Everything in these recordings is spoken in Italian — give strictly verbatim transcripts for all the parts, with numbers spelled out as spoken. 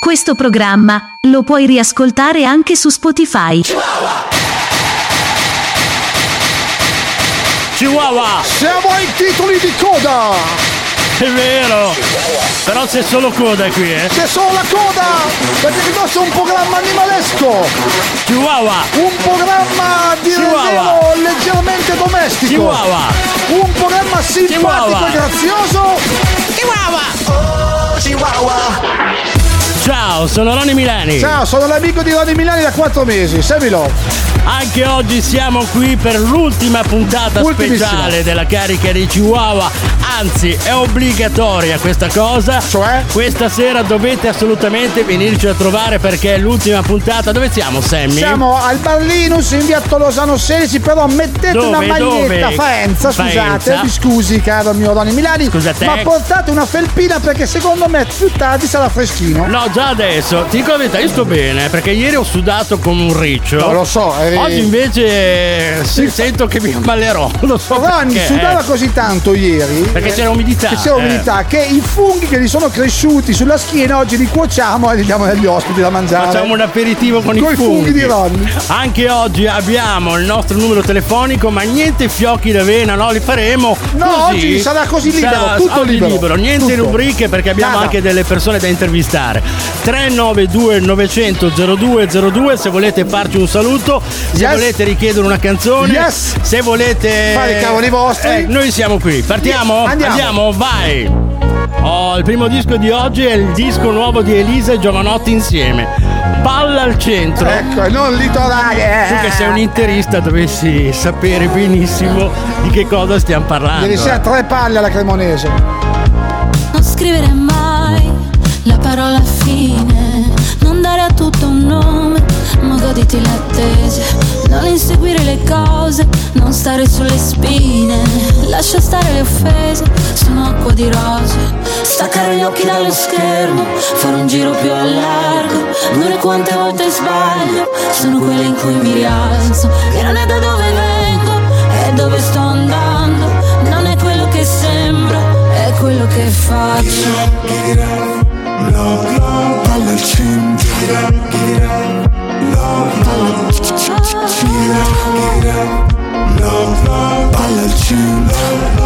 Questo programma lo puoi riascoltare anche su Spotify. Chihuahua! Siamo ai titoli di coda! È vero! Però c'è solo coda qui, eh! C'è solo la coda! Perché questo è un programma animalesco! Chihuahua! Un programma di rilievo leggermente domestico! Chihuahua! Un programma simpatico Chihuahua. e grazioso! Chihuahua! Oh, Chihuahua! Ciao, sono Ronny Milani! Ciao, sono l'amico di Ronny Milani da quattro mesi, seguilo! Anche oggi siamo qui per l'ultima puntata speciale della carica di Chihuahua. Anzi, è obbligatoria questa cosa. Cioè? Questa sera dovete assolutamente venirci a trovare perché è l'ultima puntata. Dove siamo, Sammy? Siamo al Bar Linus in via Tolosano sedici, però mettete Dove, una maglietta dove? Faenza, scusate, Faenza. mi scusi caro mio Ronny Milani, Scusate. ma portate una felpina perché secondo me più tardi sarà freschino. No, già adesso. Ti dico la verità, io sto bene perché ieri ho sudato come un riccio. No, lo so, eri... Oggi invece sì, sento che mi ammalerò. Lo so Ronny perché. sudava così tanto ieri Perché c'era umidità. che c'era eh. umidità che i funghi che gli sono cresciuti sulla schiena oggi li cuociamo e li diamo agli ospiti da mangiare. Facciamo un aperitivo con, con i i funghi. funghi di Ronny. Anche oggi abbiamo il nostro numero telefonico, ma niente fiocchi d'avena, no? Li faremo No, così. oggi sarà così libero, Sarà tutto oggi libero. Niente Tutto. rubriche perché abbiamo Nada. anche delle persone da intervistare. tre nove due nove zero zero zero due zero due se volete farci un saluto, se Yes. volete richiedere una canzone, Yes. se volete fare i cavoli vostri. Eh, noi siamo qui. Partiamo? Andiamo. Andiamo, vai. Oh, il primo disco di oggi è il disco nuovo di Elisa e Giovanotti insieme. Palla al centro. Ecco, e non litorale. Tu che sei un interista dovessi sapere benissimo di che cosa stiamo parlando. Ieri sera tre palle alla Cremonese. Non scrivere mai la parola fine, non dare a tutto un nome, ma goditi l'attesa, non inseguire le cose, non stare sulle spine, lascia stare le offese, sono acqua di rose, staccare gli occhi dallo schermo, fare un giro più a largo, non è quante volte sbaglio, sono quelle in cui mi rialzo, e non è da dove vengo, è dove sto andando, non è quello che sembro, è quello che faccio. Love, love, palla al centro. Love, love, love, love, palla al centro.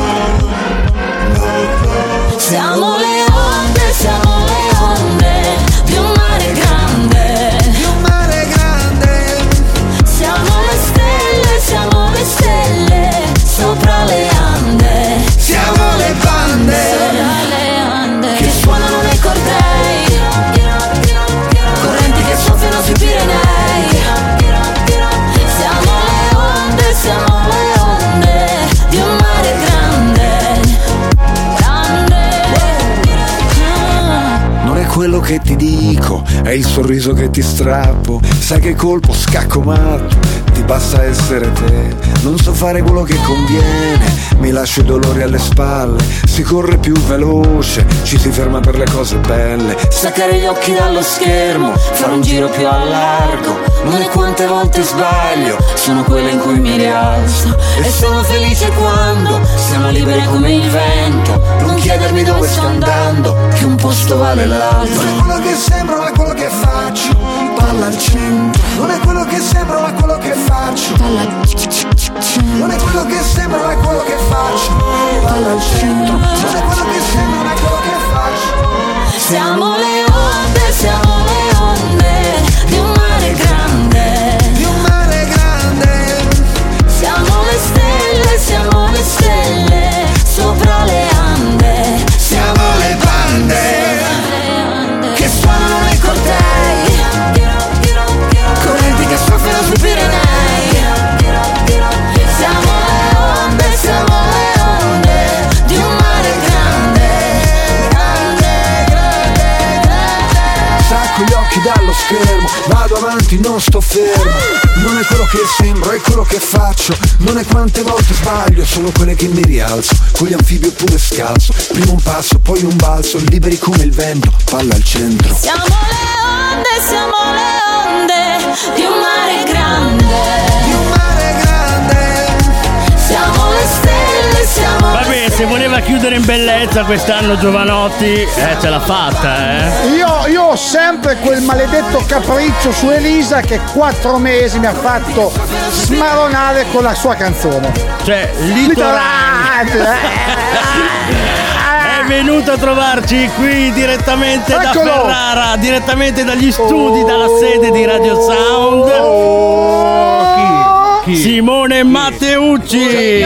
Siamo le onde, siamo le onde di un mare grande, Di un mare grande. siamo le stelle, siamo le stelle sopra le Ande, Siamo le bande sopra le Ande che suonano nei cortei, correnti che soffiano sui Pirenei. Siamo le onde, siamo le onde di un mare grande, grande. Non è quello che ti dico, è il sorriso che ti strappo. Sai che colpo, scacco matto, ti basta essere te. Non so fare quello che conviene, mi lascio i dolori alle spalle. Si corre più veloce, ci si ferma per le cose belle. Staccare gli occhi dallo schermo, fare un giro più a largo, non è quante volte sbaglio, sono quelle in cui mi rialzo, e sono felice quando siamo liberi come il vento, non chiedermi dove sto andando, che un posto vale l'altro. Non è quello che sembra ma è quello che faccio. Palla al centro. Non è quello che sembra ma è quello che faccio. Palla al Non è quello che sembra ma è quello che faccio. Palla al centro. Non è quello che sembra ma è quello che faccio. Siamo le onde, siamo le onde di un mare grande, Di un mare grande. siamo le stelle, siamo le stelle sopra le Ande, Siamo le bande che suonano nei cortei, correnti che soffiano sui Pirenei. Siamo le onde, siamo le onde di un mare grande, grande, grande, grande. Stacco gli occhi dallo schermo, vado avanti, non sto fermo. Non è quello che sembro, è quello che faccio. Non è quante volte sbaglio, sono quelle che mi rialzo. Con gli anfibi oppure scalzo. Prima un passo, poi un balzo, liberi come il vento, palla al centro. Siamo le onde, siamo le onde di un mare grande, Di un mare grande. siamo le stelle, siamo Vabbè, se voleva voleva chiudere in bellezza quest'anno Giovanotti, eh, ce l'ha fatta, eh. Io, io ho sempre quel maledetto capriccio su Elisa che quattro mesi mi ha fatto smaronare con la sua canzone. Cioè, Litorale. È venuto a trovarci qui direttamente Eccolo. da Ferrara, direttamente dagli studi, oh. dalla sede di Radio Sound. Oh. Chi? Chi? Simone Matteucci.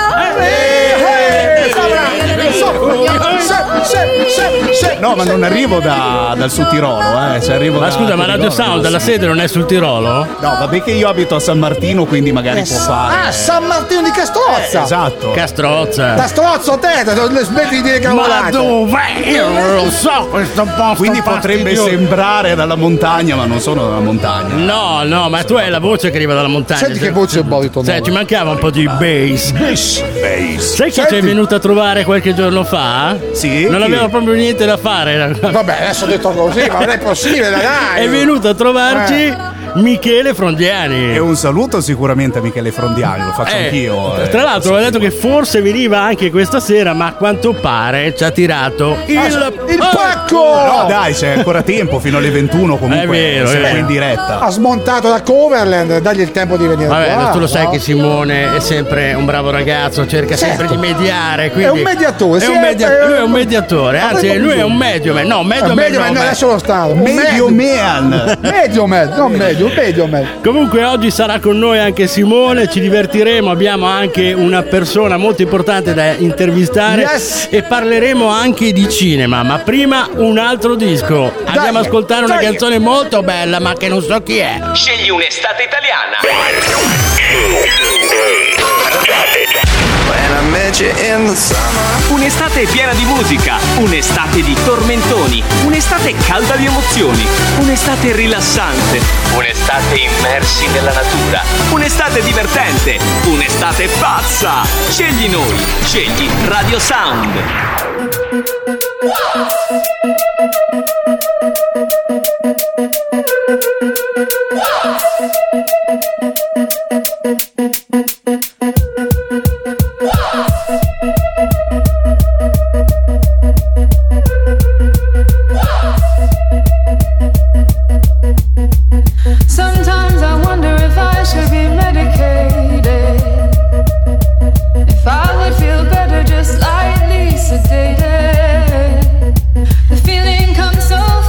No, ma non arrivo da, dal Sud Tirolo, eh. Se arrivo ma da scusa, ma Radio Sound, la sede non è sul Tirolo? No, vabbè che io abito a San Martino, quindi magari eh, può fare. Ah, San Martino di Castrozza! Eh, esatto. Castrozza. Castrozzo te, smetti di dire cavolate. Ma dove? Io non lo so questo posto. Quindi potrebbe sembrare dalla montagna, ma non sono dalla montagna. No, no, ma tu hai la voce che arriva dalla montagna. Senti che voce baritono. Sai, ci mancava un po' di bass. Bass. Bass. Sai chi ci è venuto a trovare qualche giorno fa? Sì. Non aveva proprio niente da fare. Vabbè, adesso ho detto così, ma non è possibile, dai. È venuto a trovarci eh. Michele Frondiani. E un saluto sicuramente a Michele Frondiani, lo faccio eh, anch'io. Eh, tra l'altro, ho detto che forse veniva anche questa sera, ma a quanto pare ci ha tirato il, ah, il pacco. No, dai, c'è ancora tempo fino alle ventuno. Comunque, è vero, siamo è vero. in diretta. Ha smontato la Coverland, dagli il tempo di venire. Vabbè, qua. tu lo sai no? che Simone è sempre un bravo ragazzo, cerca certo. sempre di mediare. È un mediatore, è sì, un media- è, lui è un mediatore, anzi, lui è un medium. No, medium, medio no, man, adesso lo stato. Medio man. Medio man, non medio, medio man. Comunque oggi sarà con noi anche Simone, ci divertiremo, abbiamo anche una persona molto importante da intervistare yes. e parleremo anche di cinema, ma prima un altro disco. Dai, andiamo ad ascoltare dai. una canzone molto bella, ma che non so chi è. Scegli un'estate italiana. Un'estate piena di musica, un'estate di tormentoni, un'estate calda di emozioni, un'estate rilassante, un'estate immersi nella natura, un'estate divertente, un'estate pazza. Scegli noi, scegli Radio Sound. Sometimes I wonder if I should be medicated, if I would feel better just lightly sedated. The feeling comes so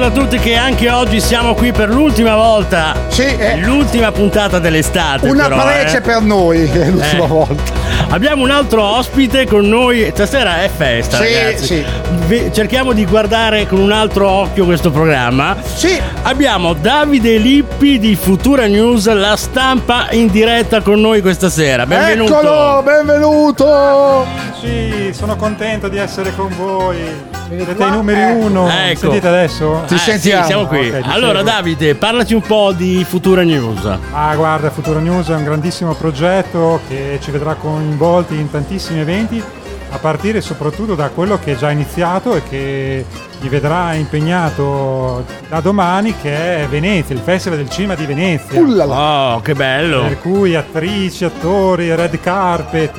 ricordo a tutti che anche oggi siamo qui per l'ultima volta. Sì, eh. L'ultima puntata dell'estate. Una però, prece eh. per noi, è l'ultima Eh. volta. Abbiamo un altro ospite con noi. Stasera è festa, Sì, ragazzi. sì. Ve- cerchiamo di guardare con un altro occhio questo programma. Sì. Abbiamo Davide Lippi di Futura News, la stampa in diretta con noi questa sera. Benvenuto. Eccolo, benvenuto. Sì, sono contento di essere con voi. Siete i numeri uno. Ecco. Sentite adesso? Ti Eh, sentiamo. sì, siamo qui. Ok, dicevo. Allora, Davide, parlaci un po' di Futura News. Ah, guarda, Futuro News è un grandissimo progetto che ci vedrà coinvolti in tantissimi eventi, a partire soprattutto da quello che è già iniziato e che vi vedrà impegnato da domani, che è Venezia, il Festival del Cinema di Venezia. Ullala. Oh, che bello. Per cui attrici, attori, red carpet,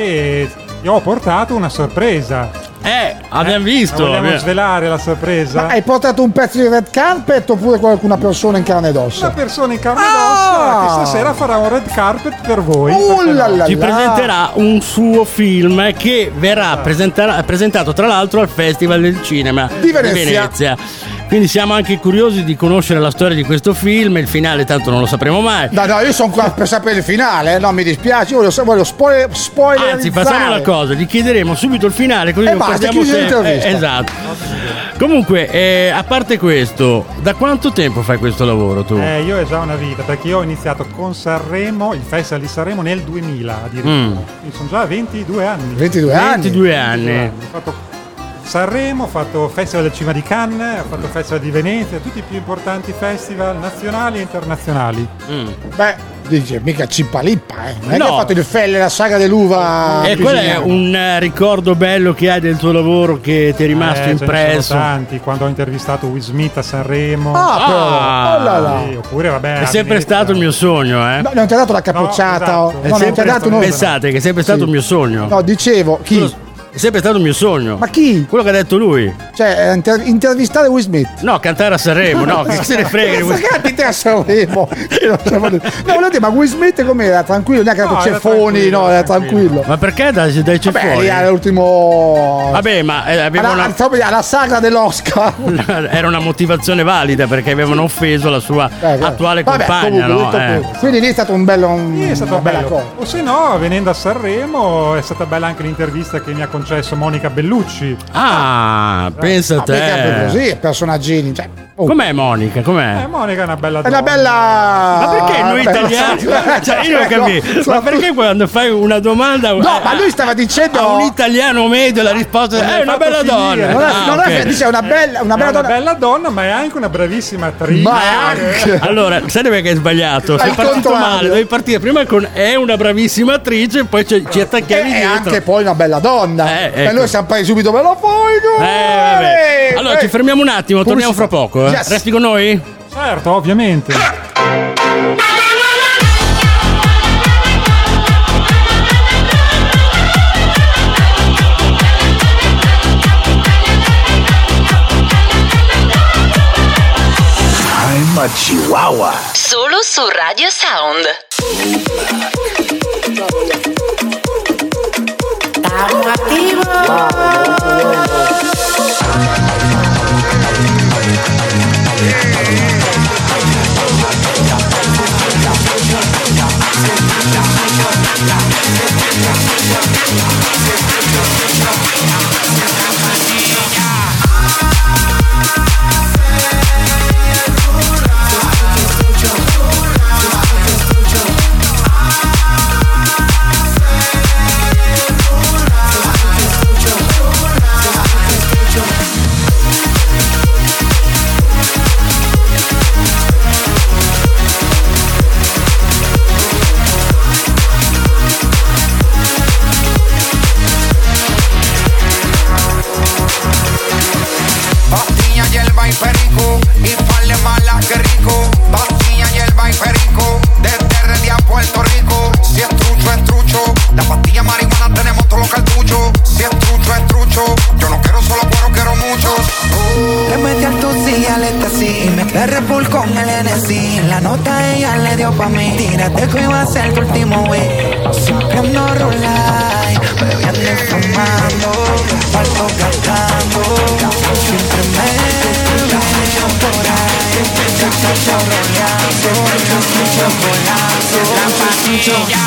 e io ho portato una sorpresa. Eh, abbiamo visto. La vogliamo abbiamo- svelare la sorpresa? Ma hai portato un pezzo di red carpet oppure qualcuna persona in carne ed ossa? Una persona in carne Ah! ed ossa che stasera farà un red carpet per voi. Uh, perché no? là, là, Ci là. presenterà un suo film che verrà presentera- presentato tra l'altro al Festival del Cinema Di Venezia. Quindi siamo anche curiosi di conoscere la storia di questo film. Il finale tanto non lo sapremo mai. No, no, io sono qua per sapere il finale, eh. No, mi dispiace, io voglio, voglio spoiler, spoilerizzare. Anzi, facciamo una cosa, gli chiederemo subito il finale così E lo basta, guardiamo chiudi sempre. l'intervista. Eh, esatto. Comunque, eh, a parte questo, da quanto tempo fai questo lavoro tu? Eh, io è già una vita, perché io ho iniziato con Sanremo, il Festival di Sanremo nel duemila addirittura. Mm. Quindi sono già ventidue anni. ventidue anni. ventidue anni. Ho fatto Sanremo, ho fatto Festival del Cinema di Cannes, ho fatto Festival di Venezia, tutti i più importanti festival nazionali e internazionali. Mm. Beh, dice, mica Cippalippa, eh. Non è No. che ha fatto il felle, la saga dell'uva. E qual è pisiniana. un eh, ricordo bello che hai del tuo lavoro che ti è rimasto Eh, ce ne impresso? sono tanti, quando ho intervistato Will Smith a Sanremo. Ah, però. Ah. Oh là là. Sì, oppure vabbè. È a sempre Venezia. stato il mio sogno, eh? No, non ti ha dato la capocciata. No, o- esatto. È no, non ti sempre ha dato stato- uno. Pensate che è sempre stato Sì. il mio sogno. No, dicevo, chi? È sempre stato il mio sogno. Ma chi? Quello che ha detto lui. Cioè, eh, inter- intervistare Will Smith. No, cantare a Sanremo, no, che se ne frega di Ma cazzo te a Sanremo? Io non so- No, volevo dire, ma Will Smith com'era? Tranquillo, neanche ha No, dato era ceffoni, tranquillo, no, era tranquillo. tranquillo. Ma perché dai, dai Vabbè, ceffoni? lì era l'ultimo. Vabbè, ma eh, avevano alla, una- alla sagra dell'Oscar. era una motivazione valida perché avevano offeso la sua Eh, eh. attuale Vabbè, compagna, comunque, no? detto Eh. questo. Quindi lì è stato un bello un, Sì, è stato una bella bello. cosa. O se no, venendo a Sanremo, è stata bella anche l'intervista che mi ha concesso Monica Bellucci. Ah, pensa a Ma perché te. proprio così, personaggini. Cioè, oh. Com'è Monica? Com'è? Eh, Monica è una bella È donna. una bella. Ma perché noi bella- italiani? Cioè, io non capisco. Ma perché quando fai una domanda No, a- ma lui stava dicendo. a un italiano medio la risposta Non mi è hai una fatto bella finire. donna. Non è, Ah, non ok. è dice una bella, una È bella una donna. bella donna, ma è anche una bravissima attrice. Ma è anche. Allora, sai perché hai sbagliato? Sei Al partito contrario. male, devi partire prima con è una bravissima attrice e poi ci, ci attacchiamo È dietro. anche poi una bella donna. Eh, E ecco. noi siamo presi subito, me lo fai, Eh, vabbè. Allora, Eh. ci fermiamo un attimo, torniamo fra Pubblicità. poco. Eh. Yes. Resti con noi? Certo, ovviamente. I'm a chihuahua. Solo su Radio Sound. Estamos activos. Pastilla, hierba y perico, y par de malas que rico. Pastilla, hierba y perico, desde Redia a Puerto Rico. Si es trucho, es trucho, la pastilla marihuana tenemos todos los cartuchos. Si es trucho, es trucho, yo no quiero solo cuero, quiero muchos. Le metí al tusi al éxtasis, mezclé Red Bull con el N C. La nota ella le dio pa' mí. Tírate que iba a ser tu último wey. Siempre ando rollay, bebiendo y fumando, falto gastando, siempre me veo por ahí, te escucho roleando, te escucho volando, te escucho.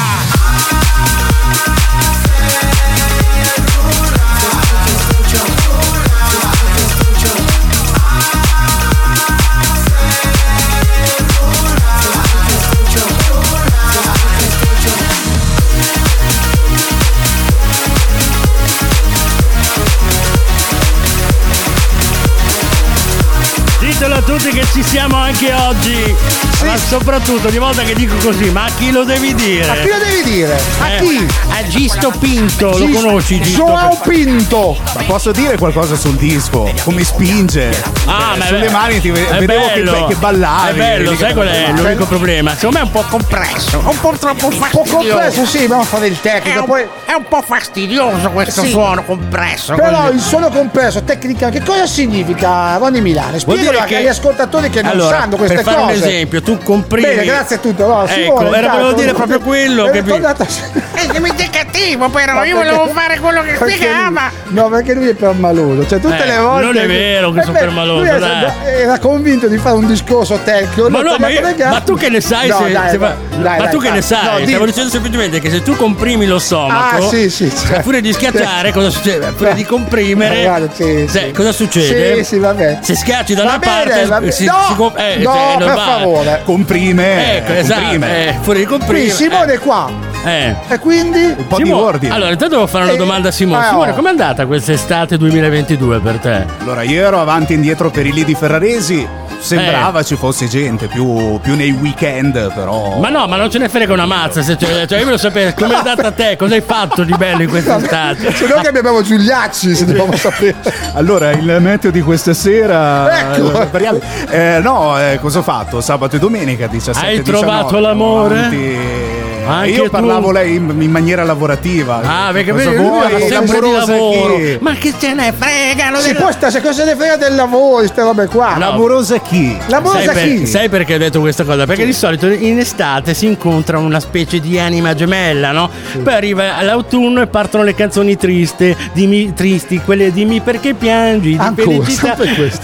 Ditelo a tutti che ci siamo anche oggi, sì. Ma soprattutto ogni volta che dico così, ma a chi lo devi dire? A chi lo devi dire? A eh, chi? A Gisto Pinto, Gisto, lo conosci Gisto? Joao Pinto. Ma posso dire qualcosa sul disco? Come spinge? Ah, eh, ma sulle è, mani ti ve- vedevo che, che ballavi. È bello, sai qual è l'unico problema? Secondo me è un po' compresso, un po' troppo fastidioso. Un po' compresso, sì, dobbiamo fare il tecnico. È un, poi... è un po' fastidioso questo sì. suono compresso. Però così. il suono compresso, tecnica, che cosa significa, Ronny Milano? Spiegalo che... agli ascoltatori che non allora, sanno queste per fare cose. un esempio, tu comprimi. Bene, grazie a tutti. No, ecco, Simone, era volevo dire non... proprio quello. Che tornato... E che mi sei cattivo, però Ma io perché... volevo fare quello che spiegava. Lui... No, perché lui è permaloso. Cioè, tutte eh, le volte. Non è vero che eh, sono beh, permaloso, lui dai. Era convinto di fare un discorso tecnico. Ma no, ma, io, ma tu che ne sai no, se, dai, se dai, ma, dai, ma dai, tu che dai, ne sai? no, Stavo di... dicendo semplicemente che se tu comprimi lo stomaco, ah, sì, sì, cioè, pure di schiacciare, cosa succede? Pure di comprimere, guarda, sì, sì. Cosa succede? Sì, sì, vabbè. Se schiacci da va una bene, parte, va bene. si, no, si comp- eh, no, cioè, per normale. favore. Comprime. Ecco, esatto. Comprime. Eh, fuori di comprimere. Sì, Simone eh. è qua. Eh. E quindi un po' Simone, di ordine. Allora, intanto devo fare una eh, domanda a Simone. eh, Simone, oh. com'è andata quest'estate duemilaventidue per te? Allora, io ero avanti e indietro per i lidi ferraresi. Sembrava eh. ci fosse gente più, più nei weekend, però. Ma no, ma non ce ne frega una mazza. Se cioè, cioè, io voglio sapere com'è andata a te, cosa hai fatto di bello in quest'estate. Se no che abbiamo Giuliacci, se dobbiamo sapere. Allora, il meteo di questa sera. Ecco. Eh, no, eh, cosa ho fatto? Sabato e domenica diciassette Hai diciannove, trovato l'amore? Avanti. Anche io tu? parlavo lei in, in maniera lavorativa. Ah, perché cosa lui vuoi? sempre di lavoro. Chi? Ma che ce ne fregano? Si del... può sta, se cosa ne frega del lavoro, queste robe qua. No. Lamorosa chi? Lamorosa sai chi? Per, sai perché ho detto questa cosa? Perché sì. Di solito in estate si incontra una specie di anima gemella, no? Sì. Poi arriva l'autunno e partono le canzoni tristi, dimmi, tristi, quelle dimmi perché piangi, di felicità.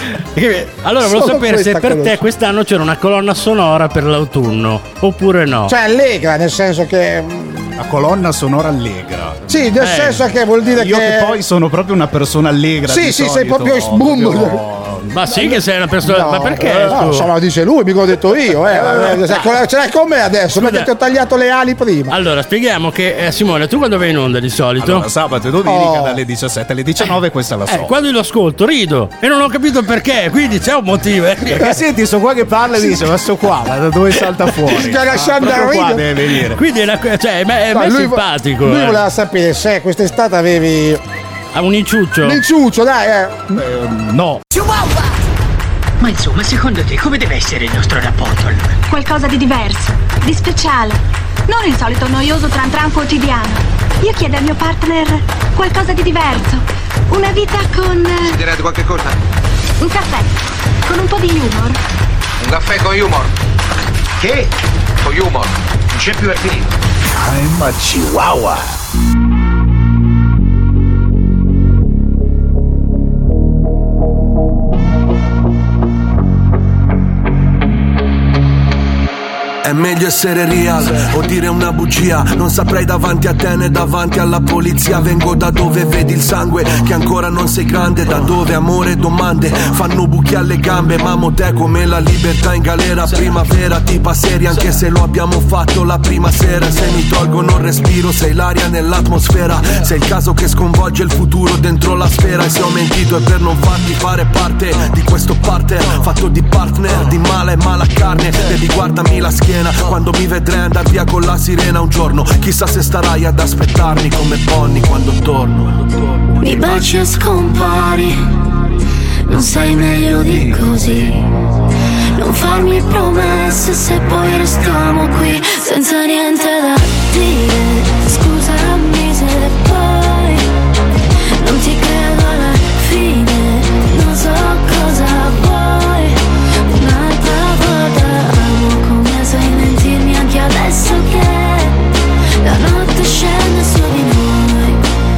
Allora volevo Solo sapere se per conosco. te quest'anno c'era una colonna sonora per l'autunno oppure no. Cioè allegra, nel senso che la colonna sonora allegra. sì, nel eh. senso che vuol dire io che che poi sono proprio una persona allegra. sì, di sì, solito, sei proprio sbumbo. proprio... Ma sì che sei una persona. No, ma perché? Eh, no, insomma, lo dice lui, mica l'ho detto io. Eh. eh, ce l'hai con me adesso, perché ti ho tagliato le ali prima. Allora, spieghiamo che eh, Simone, tu quando vai in onda di solito? Allora, sabato e domenica Oh. dalle diciassette alle diciannove, eh, questa la so. Eh, quando io lo ascolto rido e non ho capito perché, quindi c'è un motivo. Eh. Perché senti, sto qua che parla e dice, ma sto qua, ma da dove salta fuori? Sta lasciando ah, il qua rido. deve venire. Quindi è, una, cioè, è, No, è lui, simpatico. Lui eh. voleva sapere se quest'estate avevi Ha un inciuccio. l'inciuccio, dai, eh. Eh, no. Ma insomma, secondo te come deve essere il nostro rapporto allora? Qualcosa di diverso, di speciale. Non il solito noioso tran tran quotidiano. Io chiedo al mio partner qualcosa di diverso. Una vita con... Direte qualche cosa? un caffè, con un po' di humor. Un caffè con humor. Che? Con humor. Non c'è più per finire. I'm a chihuahua. È meglio essere real o dire una bugia. Non saprei davanti a te né davanti alla polizia. Vengo da dove vedi il sangue, che ancora non sei grande. Da dove amore e domande fanno buchi alle gambe. Mamo te come la libertà in galera. Primavera ti passeri anche se lo abbiamo fatto la prima sera. Se mi tolgono il respiro sei l'aria nell'atmosfera. Sei il caso che sconvolge il futuro dentro la sfera. E se ho mentito è per non farti fare parte di questo parter fatto di partner, di mala e mala carne. Baby guardami la schiena quando mi vedrai andar via con la sirena un giorno. Chissà se starai ad aspettarmi come Bonnie quando torno. Mi baci e scompari, non sei meglio di così. Non farmi promesse se poi restiamo qui senza niente da dire. Scusami se poi non ti credo alla fine. Non so cosa vuoi, un'altra volta amo come sai mentirmi anche adesso che la notte scende su di noi.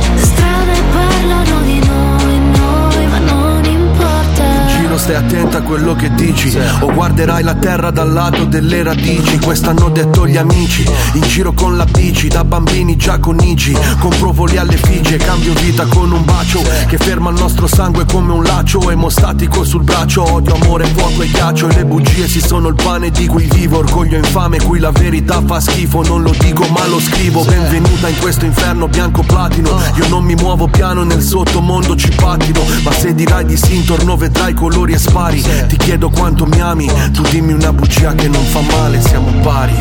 che dici, o guarderai la terra dal lato delle radici. Questo hanno detto gli amici, in giro con la bici, da bambini già con I G. Compro voli alle Figi e cambio vita con un bacio che ferma il nostro sangue come un laccio, emostatico sul braccio. Odio, amore, fuoco e ghiaccio, e le bugie si sono il pane di cui vivo. Orgoglio infame, cui la verità fa schifo. Non lo dico ma lo scrivo. Benvenuta in questo inferno bianco platino. Io non mi muovo piano, nel sottomondo ci pattino. Ma se dirai di sì, intorno vedrai colori e spari. Ti chiedo quanto mi ami, tu dimmi una bugia che non fa male, siamo pari.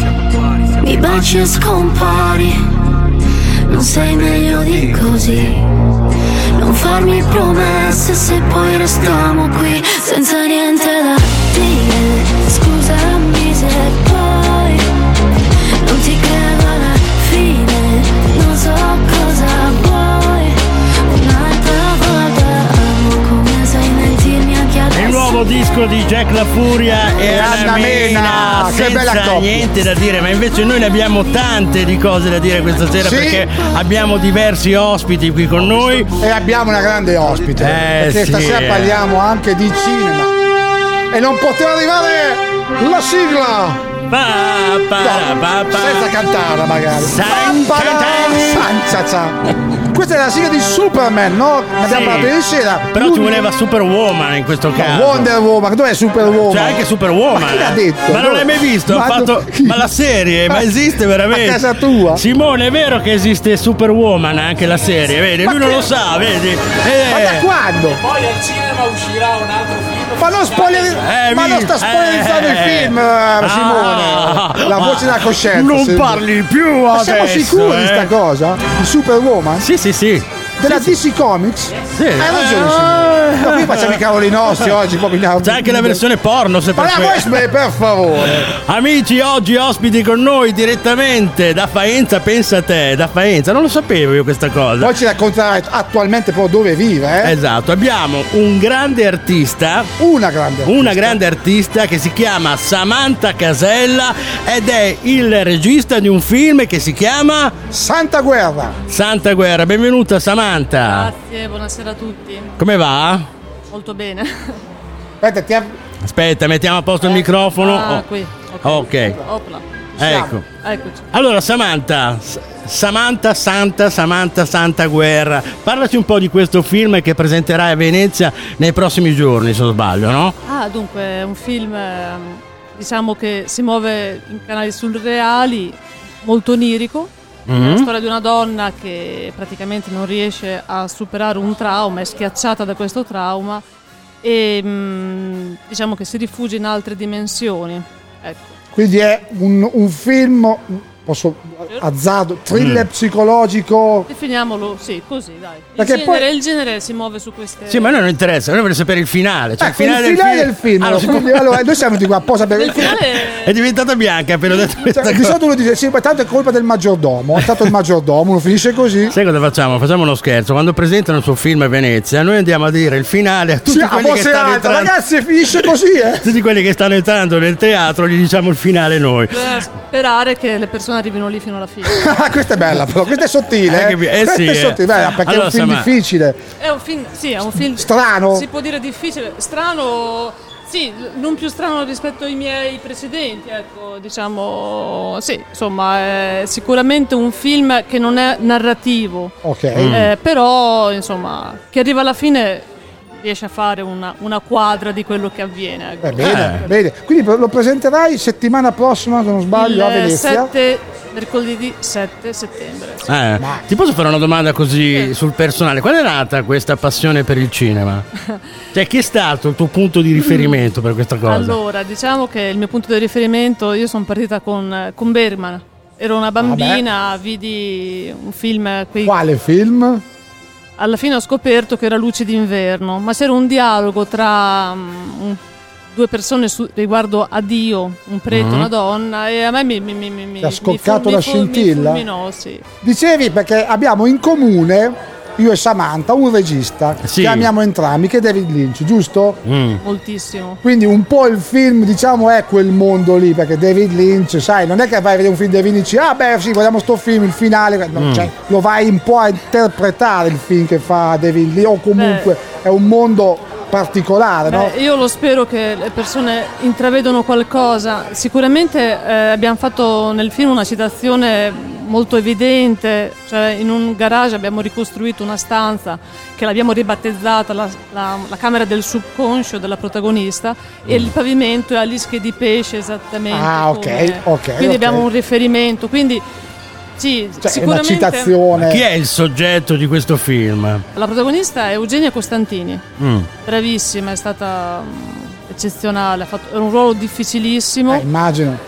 Mi baci e scompari, non sei meglio di così. Non farmi promesse se poi restiamo qui senza niente da dire. Scusami se poi non ti credo alla fine. Non so cosa vuoi, un'altra volta amo come sai mentirmi anche adesso. Il nuovo disco di Jack La Furia e Anna Mena, che bella senza coppia. niente da dire, ma invece noi ne abbiamo tante di cose da dire questa sera, Sì. perché abbiamo diversi ospiti qui con noi E abbiamo una grande ospite, Eh, perché sì, stasera eh. parliamo anche di cinema. E non poteva arrivare la sigla! Pa, pa, pa, pa. Senza cantarla magari. San- Pa, pa, San- San- Questa è la sigla di Superman, no? Ne abbiamo Sì. parlato ieri sera. Però Lui- ci voleva Superwoman in questo caso. Wonder Woman, dov'è Superwoman? C'è anche Superwoman. Ma chi l'ha eh. detto? Ma non l'hai mai visto? Ma Ha fatto... chi? ma la serie, ma esiste veramente? A casa tua? Simone, è vero che esiste Superwoman anche la serie, vedi? Ma Lui non che- lo sa, vedi? Eh. Ma da quando? Poi al cinema uscirà un altro film. Ma non spoiler... Eh, ma non vi- sta spoilerizzando eh. il film, eh, Simone. La voce della coscienza. Non se- parli più Ma adesso. siamo sicuri di eh. sta cosa? Di Superwoman? Sì, sì, sì. Della D C Comics? Sì. Hai ragione, Simone. Ma qui facciamo i cavoli nostri oggi. Proprio... C'è anche la versione porno, se Ma per la que- vuoi, per favore. Amici, oggi ospiti con noi direttamente da Faenza, pensa a te, da Faenza, non lo sapevo io questa cosa. Poi ci racconterai attualmente proprio dove vive, eh? Esatto, abbiamo un grande artista, Una grande artista. una grande artista che si chiama Samantha Casella ed è il regista di un film che si chiama Santa Guerra. Santa Guerra. Benvenuta Samantha. Grazie, buonasera a tutti. Come va? Molto bene. Aspetta, ti av- Aspetta, mettiamo a posto il microfono. Ah, Oh. qui. Ok. Opla. Ecco. Eccoci. Allora Samantha, S- Samantha Santa, Samantha Santa Guerra, parlaci un po' di questo film che presenterai a Venezia nei prossimi giorni, se non sbaglio, no? Ah, dunque, è un film, ehm, diciamo che si muove in canali surreali, molto onirico. È Mhm. la storia di una donna che praticamente non riesce a superare un trauma, è schiacciata da questo trauma e mm, diciamo che si rifugia in altre dimensioni. Ecco. Quindi è un, un film, posso azzardo, thriller Mm. psicologico. Definiamolo, sì, così, dai. Il Perché genere, poi- il genere si muove su queste... Sì, ma a noi non interessa, noi vogliamo sapere il finale. Cioè Ecco, il finale, il finale del del film. Ah, lo si Quindi, può- allora, noi siamo di qua apposta per Il finale È diventata bianca appena ho detto questa Cioè, di cosa. solito uno dice sì, ma tanto è colpa del maggiordomo, è stato il maggiordomo, uno finisce così. Sai cosa facciamo? Facciamo uno scherzo. Quando presentano il suo film a Venezia, noi andiamo a dire il finale a tutti Sì, a quelli che voce stanno alta, entrando. ragazzi, finisce così, eh. Tutti quelli che stanno entrando nel teatro gli diciamo il finale noi. Per sperare che le persone arrivino lì fino alla fine. Ah, questa è bella, però, questa è sottile, Eh, eh. che- eh, questa sì, è eh. sottile, beh, perché Allora, è un film Samantha- difficile. È un film, sì, è un film Strano? Si può dire difficile, strano, sì, non più strano rispetto ai miei precedenti, ecco, diciamo, sì, insomma, è sicuramente un film che non è narrativo, Ok. eh, però, insomma, che arriva alla fine riesce a fare una, una quadra di quello che avviene. Ecco. Eh, bene, bene. Quindi lo presenterai settimana prossima, se non sbaglio, a Il Venezia. sette, mercoledì sette settembre. Eh, ti posso fare una domanda così sul personale? Quando è nata questa passione per il cinema? Cioè, chi è stato il tuo punto di riferimento per questa cosa? Allora, diciamo che il mio punto di riferimento, io sono partita con, con Bergman. Ero una bambina, vidi un film. Quei... Quale film? Alla fine ho scoperto che era Luci d'inverno, ma c'era un dialogo tra um, un- due persone su- riguardo a Dio, un prete e Mhm. una donna, e a me mi, mi, mi, mi, mi Ti ha scoccato mi la fu- mi scintilla? fulminò, sì. Dicevi perché abbiamo in comune, io e Samantha, un regista Sì. che amiamo entrambi, che è David Lynch, giusto? Mm. Moltissimo. Quindi un po' il film, diciamo, è quel mondo lì, perché David Lynch, sai, non è che vai a vedere un film di David Lynch, ah beh sì, guardiamo sto film, il finale, no, Mm. cioè, lo vai un po' a interpretare il film che fa David Lynch, o comunque è un mondo particolare, no? Beh, io lo spero che le persone intravedono qualcosa. Sicuramente eh, abbiamo fatto nel film una citazione molto evidente, cioè in un garage abbiamo ricostruito una stanza che l'abbiamo ribattezzata la, la, la camera del subconscio della protagonista e il pavimento è a lische di pesce esattamente. Ah, ok, come, ok. Quindi okay. abbiamo un riferimento, quindi sì, cioè, sicuramente una citazione. Ma chi è il soggetto di questo film? La protagonista è Eugenia Costantini, Mm. bravissima, è stata mm, eccezionale, ha fatto è un ruolo difficilissimo. Eh, immagino.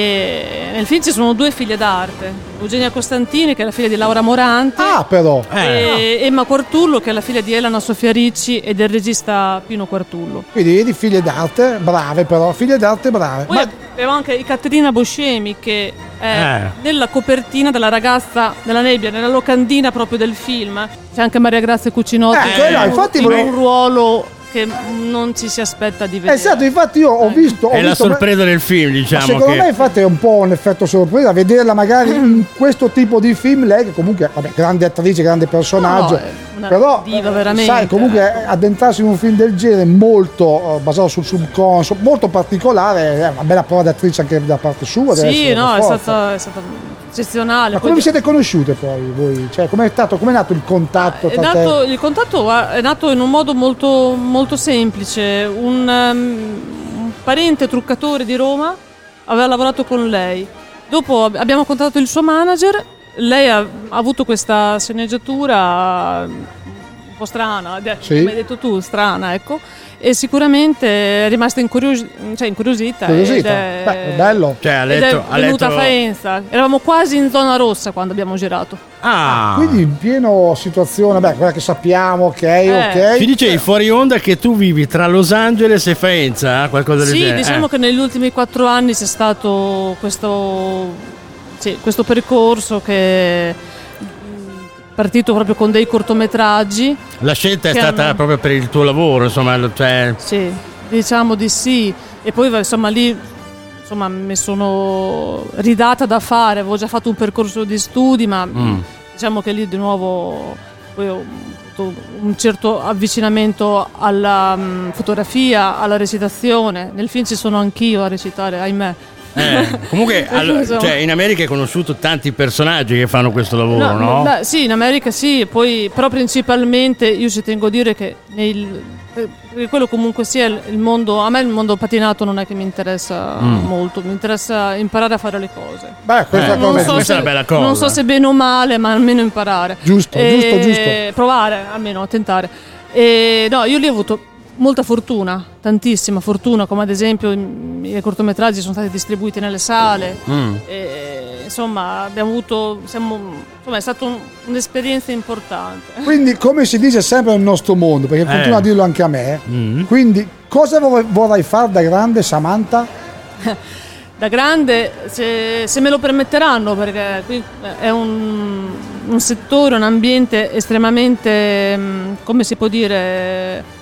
E nel film ci sono due figlie d'arte, Eugenia Costantini che è la figlia di Laura Morante, ah, però. e Emma Quartullo che è la figlia di Elena Sofia Ricci e del regista Pino Quartullo. Quindi vedi, figlie d'arte, brave però, figlie d'arte brave. Poi Ma... abbiamo anche Caterina Boscemi che è Eh. nella copertina della ragazza della nebbia, nella locandina proprio del film. C'è anche Maria Grazia Cucinotti Eh, quella, in, infatti in volevo- un ruolo che non ci si aspetta di vedere. Esatto, infatti io ho visto... Ho È la visto sorpresa del film, Ma diciamo. secondo che... me infatti è un po' un effetto sorpresa vederla magari in questo tipo di film, lei che comunque vabbè, grande attrice, grande personaggio, No, è una però diva eh, veramente, sai, comunque addentrarsi in un film del genere molto eh, basato sul subconscio, molto particolare, è una bella prova d'attrice anche da parte sua. deve Sì, essere no, per è forza. stata, è stata eccezionale. Ma Poi- come vi siete conosciute poi voi? Cioè, com'è stato, com'è nato il contatto È tra nato, te? il contatto è nato in un modo molto, molto semplice. Un, um, un parente truccatore di Roma aveva lavorato con lei. Dopo ab- abbiamo contattato il suo manager. Lei ha, ha avuto questa sceneggiatura un po' strana, de- Sì. come hai detto tu, strana, ecco. E sicuramente è rimasta incurios- cioè incuriosita. Curiosita. ed è- Beh, è bello. Cioè, ha ed letto, è ha venuta letto... a Faenza. Eravamo quasi in zona rossa quando abbiamo girato. Ah, Quindi in pieno situazione, beh, quella che sappiamo, ok, ok. ci dicevi fuori onda che tu vivi tra Los Angeles e Faenza, eh? Qualcosa del Sì, genere. diciamo Eh. che negli ultimi quattro anni c'è stato questo, sì, questo percorso che è partito proprio con dei cortometraggi. La scelta è che stata hanno- proprio per il tuo lavoro, insomma, cioè... Sì, diciamo di sì. E poi insomma lì insomma, mi sono ridata da fare, avevo già fatto un percorso di studi, ma Mm. diciamo che lì di nuovo poi ho avuto un certo avvicinamento alla mm, fotografia, alla recitazione. Nel film ci sono anch'io a recitare, ahimè. Eh, comunque allo- Insomma. cioè, in America hai conosciuto tanti personaggi che fanno questo lavoro, no? beh, sì, in America sì, poi però principalmente io ci tengo a dire che nel, perché quello comunque sia il il mondo, a me il mondo patinato non è che mi interessa Mm. molto, mi interessa imparare a fare le cose. Beh, questa Eh, cosa- non so questa se, è una bella cosa. non so se bene o male, ma almeno imparare. Giusto, E giusto, giusto. Provare, almeno tentare. E, no, io lì ho avuto molta fortuna, tantissima fortuna, come ad esempio i miei cortometraggi sono stati distribuiti nelle sale. Mm. E, insomma, abbiamo avuto, siamo, insomma, è stata un- un'esperienza importante. Quindi, come si dice sempre nel nostro mondo, perché Eh. continua a dirlo anche a me, Mm. quindi cosa vor- vorrai fare da grande, Samantha? Da grande, se, se me lo permetteranno, perché qui è un, un settore, un ambiente estremamente, mm, come si può dire,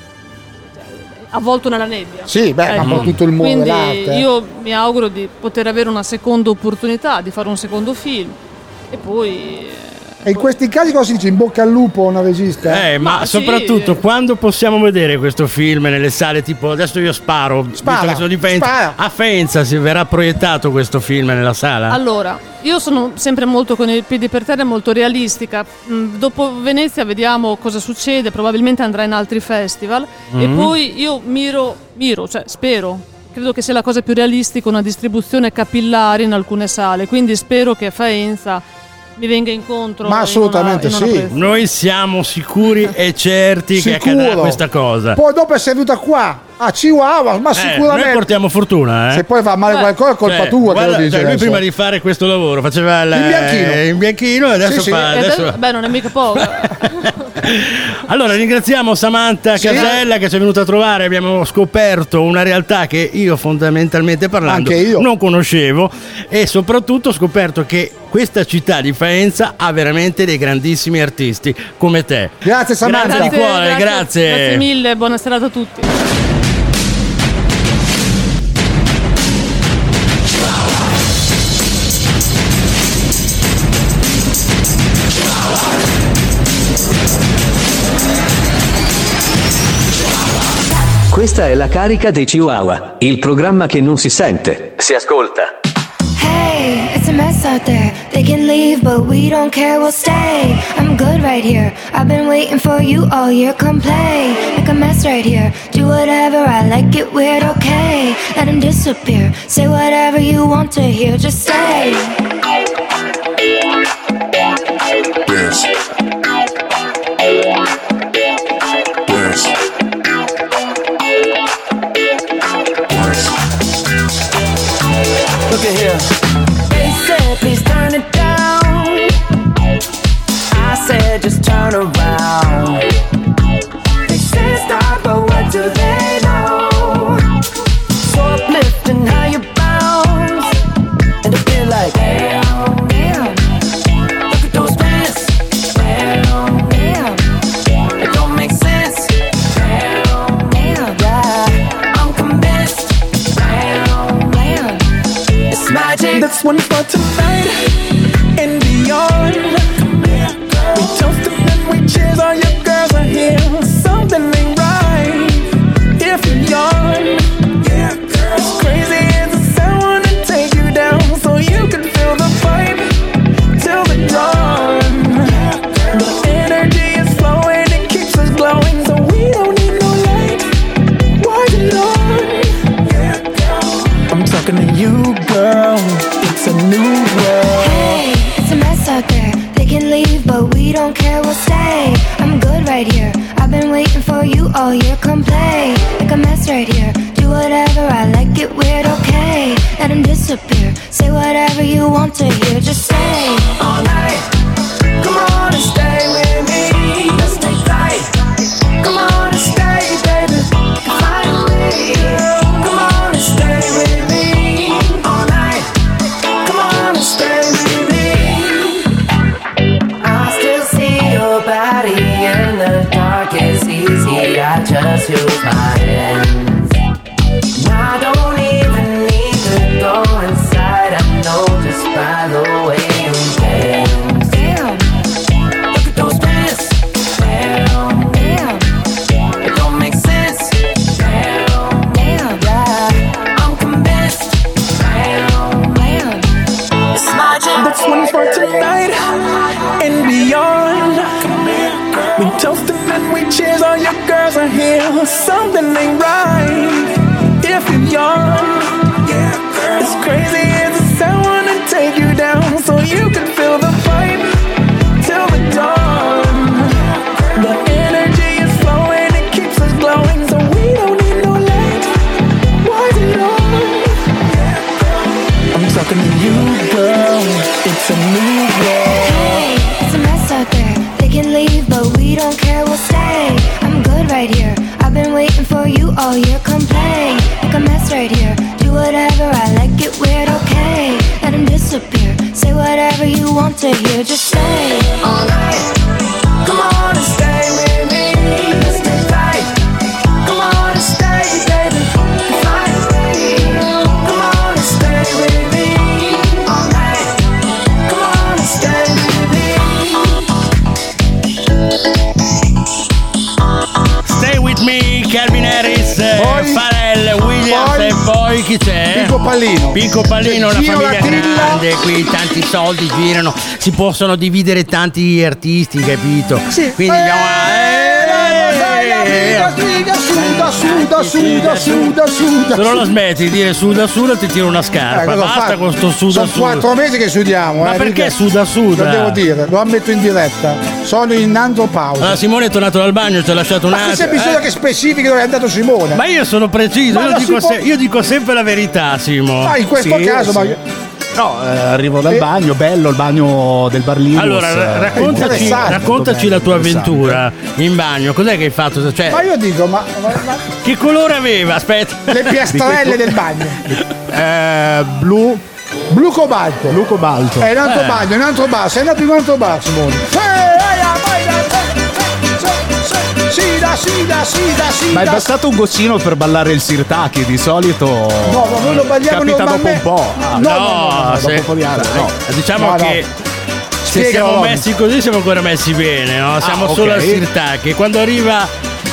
avvolto nella nebbia. Sì, beh, ma Ecco. per tutto il mondo Quindi dell'arte. io mi auguro di poter avere una seconda opportunità, di fare un secondo film e poi... E in questi casi cosa si dice? In bocca al lupo a una regista? Eh, ma, Ma sì. soprattutto quando possiamo vedere questo film nelle sale, tipo adesso io sparo, Spara, visto che sono di Faenza. spara. A Faenza si verrà proiettato questo film nella sala? Allora, io sono sempre molto con i piedi per terra e molto realistica. Mm, Dopo Venezia vediamo cosa succede, probabilmente andrà in altri festival e Mhm. poi io miro, miro, cioè spero, credo che sia la cosa più realistica una distribuzione capillare in alcune sale, quindi spero che Faenza mi venga incontro. Ma in assolutamente una- in una sì. proiezione. Noi siamo sicuri e certi che accadrà Sicuro. questa cosa. Poi dopo essere venuta qua a Chihuahua, ma Eh, sicuramente. noi portiamo fortuna, eh. Se poi va male qualcosa è colpa Cioè, tua, guarda, te lo dice cioè, lui adesso. prima di fare questo lavoro faceva il, In bianchino. eh, in bianchino e adesso Sì, sì. fa E adesso- adesso- beh, non è mica poco. Allora ringraziamo Samantha Sì. Casella che ci è venuta a trovare. Abbiamo scoperto una realtà che io fondamentalmente parlando Anche io. non conoscevo e soprattutto ho scoperto che questa città di Faenza ha veramente dei grandissimi artisti come te. Grazie Samantha. Grazie di cuore, grazie. Grazie mille, buona serata a tutti. Questa è la carica dei Chihuahua, il programma che non si sente, si ascolta. Hey, it's a mess out there. They can leave, but we don't care, we'll stay. I'm good right here. I've been waiting for you all year. Come play, make a mess right here. Do whatever, I like it weird, okay. Let him disappear. Say whatever you want to hear, just stay. Dance. Dance. Look at here. They said please turn it down. I said just turn around. They said stop, but what do they know? So uplifting how you bounce, and it feel like damn, damn. Look at those pants, damn, damn. It don't make sense, damn, damn. Yeah, I'm convinced, damn, damn. It's magic. That's one for tonight and beyond. We toasted and we cheers, all your girls are here. Something ain't right if you yawn. As crazy as it sounds, wanna take you down so you can feel the vibe till the dawn. The energy is flowing, it keeps us glowing, so we don't need no light. Why you on? I'm talking to you, girl. It's a new world. Hey, it's a mess out there. They can leave, but we don't care, we'll stay. I'm good right here. I've been waiting for you all year. Come play, make a mess right here. Do whatever, I like it weird, okay. Let him disappear. Say whatever you want to hear, just stay all night. Come on and stay with me. Let's stay tight. Come on and stay, baby. Find a way. Come on and stay with me all night. Come on and stay with me. I still see your body in the dark. It's easy. I just use my hands. I don't even need to go inside. I know just by the way you dance. Damn, look at those pants. Damn, damn, it don't make sense. Damn, damn, yeah, I'm convinced. Damn, damn, it's magic. That's one for tonight and beyond. We toasted and we cheers, all your girls are here. Something ain't right if you yawn. As crazy as it sounds, wanna take you down so you can feel the vibe till the dawn. The energy is flowing, it keeps us glowing, so we don't need no light. Why is it on? I'm talking to you, girl. It's a new world. Hey, it's a mess out there. They can leave, but we don't care, we'll stay. I'm good right here. I've been waiting for you all year. Come play, make a mess right here. Do whatever, I like it weird, okay. Let him disappear. Say whatever you want to hear, just stay all night. Come on and stay with me. Let's stay tight. Come on and stay, baby. Find a way. Come on and stay with me all night. Come on and stay with me. Stay with me, Calvin Harris, poi, Pharrell Williams poi, e poi chi c'è? Picco Pallino. Picco Pallino, una Giro famiglia grande, qui tanti soldi girano, si possono dividere tanti artisti, capito? Sì. Quindi andiamo a... Suda, suda, suda, suda, suda. Se non la smetti di dire suda suda ti tiro una scarpa. Eh, Basta fatto? con sto suda Sono suda. quattro mesi che sudiamo. Ma eh, perché riga. suda suda? Lo devo dire, lo ammetto in diretta. Sono in andropausa. Allora Simone è tornato dal bagno, ci ha lasciato un Ma attimo. se bisogna eh. che specifichi dove è andato Simone. Ma io sono preciso, io dico, può... se, io dico sempre la verità, Simo. Ma in questo sì, caso, sì. ma... No, eh, arrivo dal bagno, bello il bagno del Bar Linus. Allora, ra- raccontaci, raccontaci la tua avventura in bagno. Cos'è che hai fatto? Cioè, ma io dico, ma, ma, ma... che colore aveva? Aspetta. Le piastrelle del bagno. Eh, blu. Blu cobalto. Blu cobalto. È un altro Eh. bagno, è un altro bar. Sei andato in un altro bar, Simone. Sida, sida, sida, sida. Ma è bastato un goccino per ballare il sirtaki, di solito. No, ma noi lo balliamo capita dopo un normalmente. po'. Ah, No, No, no, no, no, se- dopo un po' di anni, no. Diciamo No, no. che se Spiega, siamo Robby. messi così siamo ancora messi bene, no? Siamo ok. solo al sirtaki. Quando arriva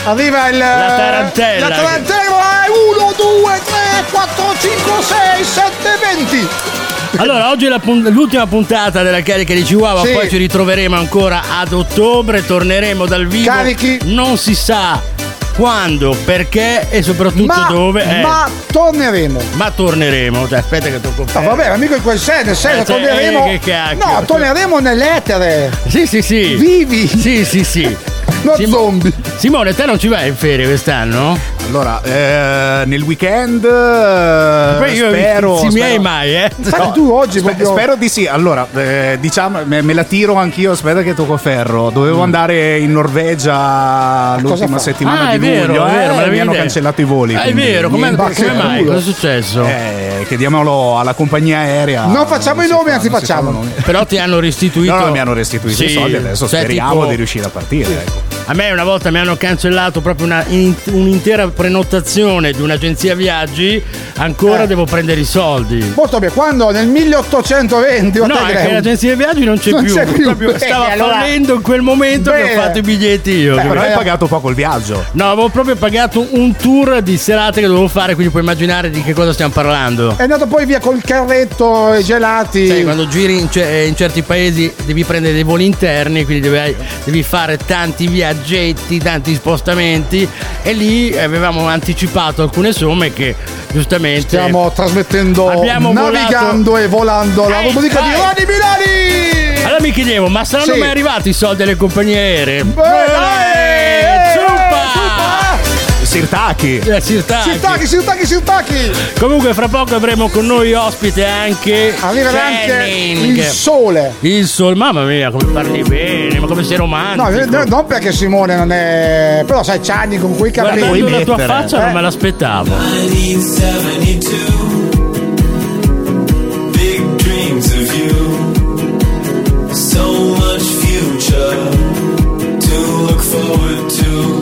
Arriva il. La tarantella. La tarantella. uno, due, tre, quattro, cinque, sei, sette, venti. Allora, oggi è la pun- l'ultima puntata della carica di Chihuahua, Sì. poi ci ritroveremo ancora ad ottobre, torneremo dal vivo. Carichi. Non si sa quando, perché e soprattutto Ma, dove. eh. ma torneremo. Ma torneremo. Cioè, aspetta che tocco. No, vabbè, amico in quel senso, nel senso, Eh, cioè, torneremo. eh, che cacchio. No, torneremo nell'etere. Sì, sì, sì. Vivi. Sì, sì, sì. No zombie. Simone, te non ci vai in ferie quest'anno? Allora, eh, nel weekend eh, Poi io spero, i miei spero- mai, eh. Infatti tu oggi Spe- proprio. Spero di sì. Allora, eh, diciamo, me, me la tiro anch'io. Aspetta che tocco ferro. Dovevo andare in Norvegia l'ultima fa? settimana Ah, è di vero, luglio. è vero, eh, me l'avevi mi hanno detto. cancellato i voli. Ah, è quindi vero, come, niente. come mai? Cosa è successo? Eh, chiediamolo alla compagnia aerea. Non facciamo i si nomi, fa- anzi non si facciamo. fanno nomi. Però ti hanno restituito. No, no, mi hanno restituito i Sì, soldi. Adesso cioè, speriamo tipo- di riuscire a partire. Ecco. A me una volta mi hanno cancellato proprio una, in- un'intera prenotazione di un'agenzia viaggi, ancora Eh. devo prendere i soldi. Molto bene, quando nel milleottocentoventi No, è che l'agenzia di viaggi non c'è Non più, c'è più. proprio Bene, stava allora- fallendo in quel momento che Bene. ho fatto i biglietti io. Eh, però hai eh. pagato poco il viaggio. No, avevo proprio pagato un tour di serate che dovevo fare, quindi puoi immaginare di che cosa stiamo parlando. È andato poi via col carretto e gelati. Sai, quando giri in, ce- in certi paesi devi prendere dei voli interni, quindi devi, devi fare tanti viaggetti, tanti spostamenti, e lì avevamo anticipato alcune somme che giustamente Stiamo trasmettendo, abbiamo navigando volato- e volando la Eh, rubrica di vai. Rani Milani. Allora mi chiedevo, ma saranno Sì. mai arrivati i soldi alle compagnie aeree? Beh, dai, Zuppa! Sirtaki. Eh, Sirtaki. Sirtaki, Sirtaki, Sirtaki. Comunque fra poco avremo con noi ospite anche Arriverà anche Channing. il sole. Il sol, mamma mia, come parli bene, ma come sei romantico. No, no, non perché Simone non è. Però sai, Gianni con quei capelli. Guardando la tua mettere. faccia non Eh. me l'aspettavo. Big dreams of you, so much future to look forward to.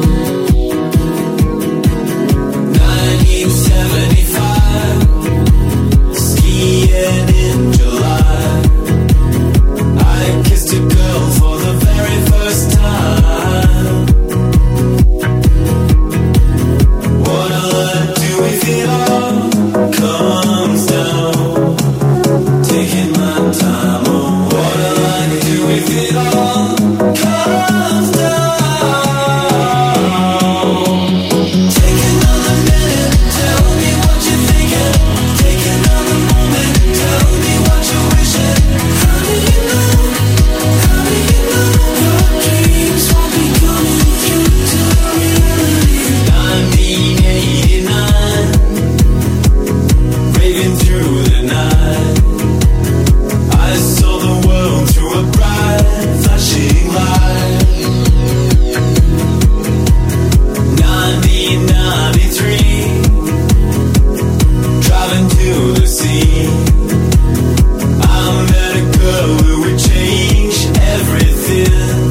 nineteen seventy-five, skiing in July. I kissed a girl for the very first time. What'll I do if it all comes down? Taking my time, oh, what'll I do if it all comes down? Take another minute, tell me what you're thinking. Take another moment, tell me what you're wishing. How do you know? How do you know your dreams won't be coming true to reality? nineteen eighty-nine, raving through the night. I saw the world through a bright, flashing light. nineteen ninety-three, driving to the sea. I met a girl who would change everything.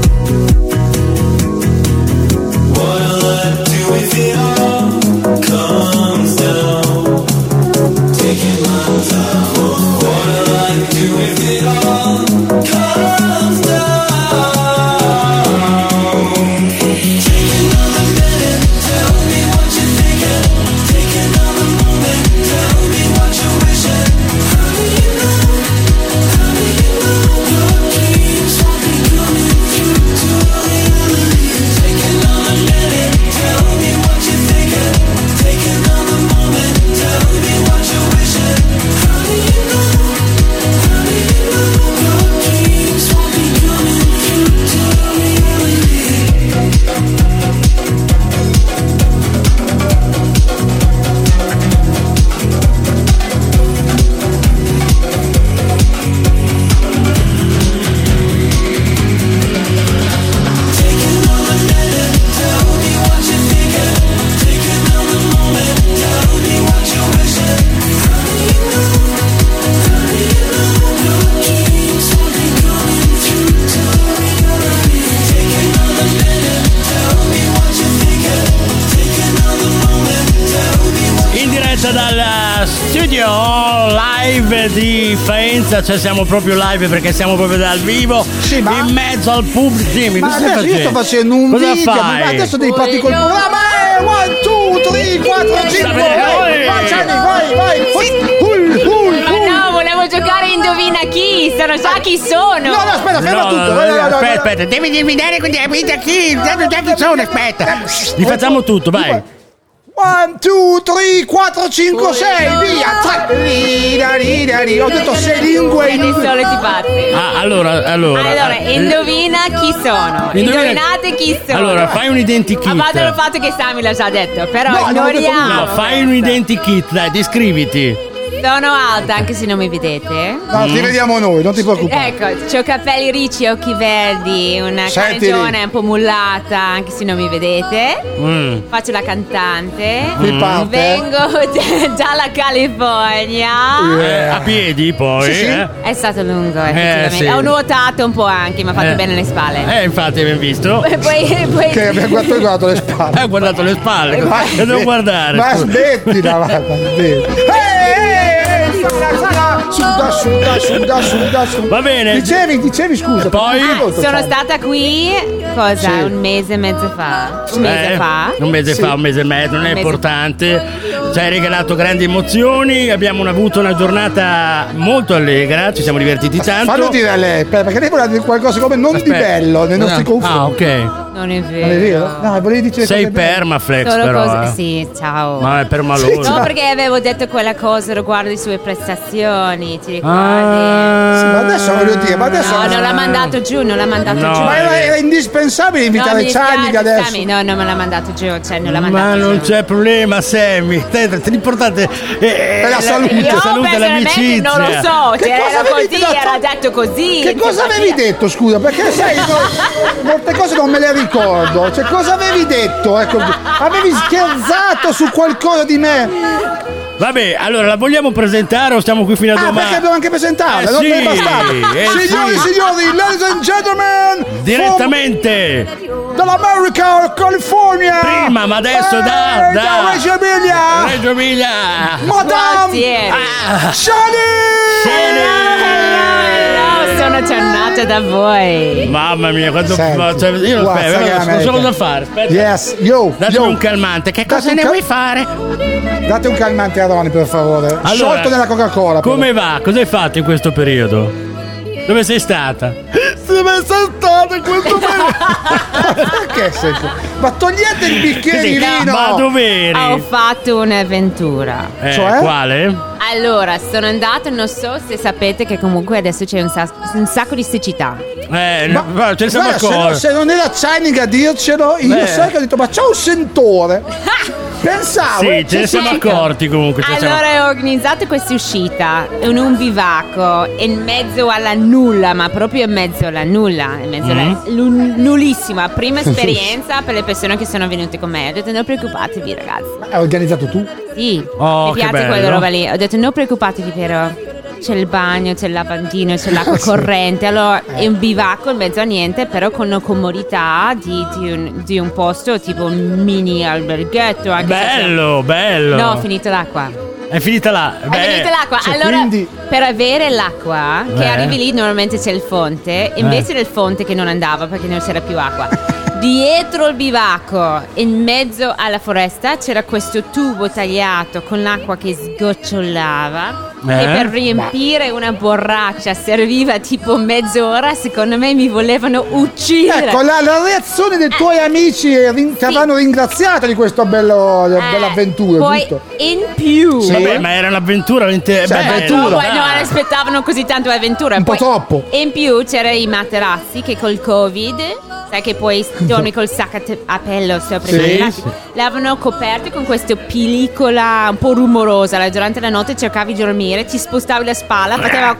What'll I do if it all comes down? Taking my time. Oh, what'll I do if it all comes down? Take another minute, tell me what you're thinking. Take another moment, tell me what you're wishing. How do you know? How do you know your dreams won't be coming true to reality? Take another minute, tell me what you're thinking. Take another moment, tell me what you're wishing. How do you know? How do you know your dreams won't be coming true to reality? Take another minute, tell me what you're thinking. Take another moment, tell me what you're wishing. How do you know? How do you know your dreams won't be coming true to reality? Take another minute, tell me what you're thinking. Take another moment, tell me what In diretta dal studio live di Faenza, cioè siamo proprio live perché siamo proprio dal vivo, sì, ma... in mezzo al pubblico. Dimmi, ma cosa adesso stai io sto facendo? facendo un Cosa video, fai? ma adesso devi parti col programma. Eh, one, two, three, quattro, cinque, vai, vai, vai. Ma no, volevo giocare a Indovina chi, sono già chi sono. No, no, aspetta, ferma No, tutto. no, No, no, no, aspetta, no. aspetta, devi indovinare quindi capite chi, sanno già chi sono, aspetta. Li facciamo tutto, vai. One, two, three, quattro, cinque, sei, via! Tre. Rida, rida, rida. Ho detto sei lingue in I soliti pazzi. Ah, allora, allora. Allora, eh, indovina chi sono. Indovina- Indovinate chi sono. Allora, fai un identikit. A parte il fatto che Sami l'ha già detto, però No, non ho detto ignoriamo. No, fai un identikit, dai, descriviti. Sono alta, anche se non mi vedete. No, ti vediamo noi, non ti preoccupare. Ecco, ho capelli ricci, occhi verdi, una Senti carnagione lì. un po' mullata, anche se non mi vedete. Mm. Faccio la cantante. Qui parte. Vengo dalla California. Eh, a piedi poi. Sì, sì. Eh? È stato lungo, effettivamente. sì. Ho nuotato un po' anche, mi ha fatto Eh. bene le spalle. Eh, infatti abbiamo visto. E poi, poi Che abbiamo guardato, guardato le spalle. Hai guardato le spalle. Ma- Che devo guardare? Ma smettila, guarda, smetti. Ehi, ehi, sala, sala, suda, suda, suda, suda, suda. Va bene. Dicevi, dicevi scusa. Poi? perché Ah, molto sono tardi. stata qui cosa? Sì. Un mese e mezzo fa. Un mese Eh, fa. Un mese Sì. fa, un mese e mezzo, non è Un mese importante. Ci hai regalato grandi emozioni. Abbiamo avuto una giornata molto allegra. Ci siamo divertiti tanto. Fallo dire a lei, per- perché lei voleva dire qualcosa come non Aspetta. di bello nei nostri Ah, confronti. Ah, ok. Non è vero. Non è vero? No, volevi dire Sei cose belle. permaflex, Solo però. cose. eh. Sì, ciao. Ma è permaloso. No, perché avevo detto quella cosa riguardo le sue prestazioni, ti ricordi? Ah. Sì, ma adesso voglio dire, ma adesso No, non l'ha mandato giù, non l'ha mandato No. giù. Ma era, era indispensabile No, invitare mi Cianni dispiace, adesso. Sammy, no, non me l'ha mandato giù, cioè non l'ha Ma mandato non giù. c'è problema, Sammy. Te- te- L'importante è, È la salute. Io la salute e personalmente l'amicizia. non lo so, Che se cosa era avevi così, detto? era detto così. Che cosa simpatia. avevi detto, scusa? Perché sai, no, molte cose non me le ricordo. Cioè, cosa avevi detto? Ecco, avevi scherzato su qualcosa di me? Vabbè, allora la vogliamo presentare o stiamo qui fino a Ah, domani? perché devo anche presentarla, Eh non sì, me ne bastava. eh Signori e sì. signori, ladies and gentlemen, Direttamente. from- dall'America, California. Prima, ma adesso da- Eh, da- Reggio Emilia. Reggio Emilia. Madame Grazie. Ah. Shani. No, sono tornata da voi. Mamma mia, quanto Senti, ma- cioè, io non, guarda, aspetta, sai che non so America- cosa fare. Aspetta. Yes, yo, Datemi yo. un calmante. Che Date cosa un ne cal- vuoi fare? Date un calmante a Ronny, per favore. Allora, Sciolto nella Coca-Cola. però. Come va? Cosa hai fatto in questo periodo? Dove sei stata? Dove sei stata in questo periodo? Perché sei qua? Ma togliete il bicchierino! Ma dove eri? Ho fatto un'avventura. Eh, Cioè? Quale? Allora, sono andata, non so se sapete che comunque adesso c'è un, sa- un sacco di siccità. Eh, no, ma ce ne siamo Guarda, se, accorti. se non era Channing a dircelo, io Beh. sai che ho detto, ma c'è un sentore. Pensavo. Sì, eh, ce ne c'è siamo scritto. accorti comunque. ce ne siamo- Allora ho organizzato questa uscita in un bivacco in mezzo alla nulla, ma proprio in mezzo alla nulla, in mezzo alla Mm. lu- nullissima. Prima esperienza per le persone che sono venute con me. Ho detto non preoccupatevi ragazzi. Hai organizzato tu? Sì, Oh, mi che piace bello. quella roba lì. Ho detto non preoccupatevi però. C'è il bagno, c'è il lavandino, c'è l'acqua Sì. corrente. Allora è un bivacco in mezzo a niente, però con una comodità di, di, un, di un posto tipo un mini alberghetto. Anche se- Bello, bello. No, ho finito l'acqua. È finita là. È Beh, finita l'acqua. cioè, allora, quindi- per avere l'acqua, che Eh. arrivi lì, normalmente c'è il fonte. Invece del fonte che non andava perché non c'era più acqua. Dietro il bivacco, in mezzo alla foresta, c'era questo tubo tagliato con l'acqua che sgocciolava. Eh? E per riempire una borraccia serviva tipo mezz'ora. Secondo me mi volevano uccidere. Ecco, la, la reazione dei tuoi amici eh, rin- che Sì. avranno ringraziato di questa bello, Eh, bella avventura, Poi giusto? in più. Sì. Vabbè, ma era un'avventura veramente Cioè, bella. avventura. No, poi dai. non aspettavano così tanto avventura. Un po' Poi- troppo. E in più c'erano i materassi che col Covid, sai che poi dormi col sacco a te- a pelo sopra Sì, i materassi, sì. l'avevano coperto con questa pellicola un po' rumorosa. Allora, durante la notte cercavi di dormire, ti spostavi la spalla, faceva.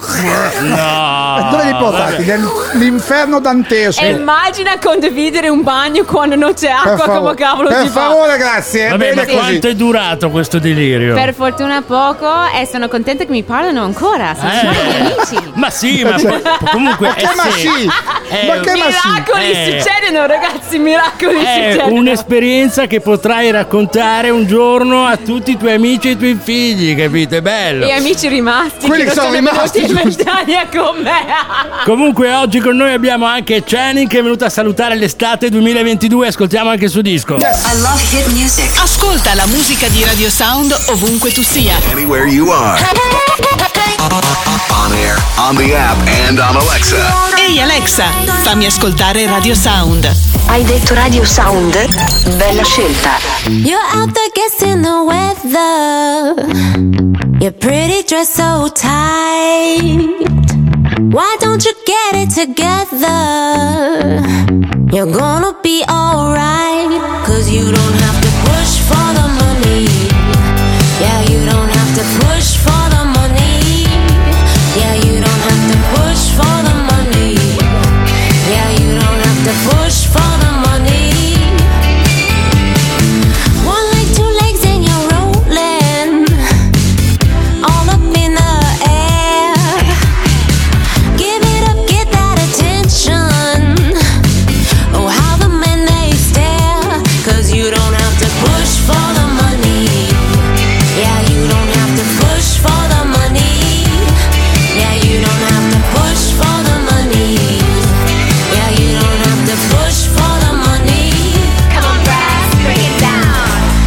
No. Dove li portati? Nel- L'inferno dantesco. E immagina condividere un bagno quando non c'è Per acqua, favore. come cavolo Per si fa? favore, grazie. Vabbè, Bene ma così. quanto è durato questo delirio? Per fortuna poco e sono contenta che mi parlano ancora. Sono Eh. solo miei amici. Ma sì, ma Cioè, comunque ma che è ma se- sì? è- Ma che ma sì? Miracoli Eh. succedono, ragazzi, miracoli È succedono. un'esperienza che potrai raccontare un giorno a tutti i tuoi amici e i tuoi figli, capite? Bello. E amici rimasti Quelli che non sono sono venuti rimasti, in montagna con me. Comunque oggi con noi abbiamo anche Channing che è venuta a salutare l'estate duemilaventidue. Ascoltiamo anche il suo disco. I love hit music. Ascolta la musica di Radio Sound ovunque tu sia. Anywhere you are. On air, on the app and on Alexa. Ehi Alexa, fammi ascoltare Radio Sound. Hai detto Radio Sound? Bella scelta. You're out there guessing the weather. Your pretty dress so tight. Why don't you get it together? You're gonna be alright. Cause you don't have to push for the money. Yeah, you don't have to push for the money. Yeah, you don't have to push for the money. Yeah, you don't have to push for the money. One leg, two legs, and you're rolling all up in the air. Give it up, get that attention. Oh, how the men they stare. Cause you don't have to push for the money. Yeah, you don't have to push for the money. Yeah, you don't have to push for the money. Yeah, you don't have to push for the money. Come on, brass, bring it down.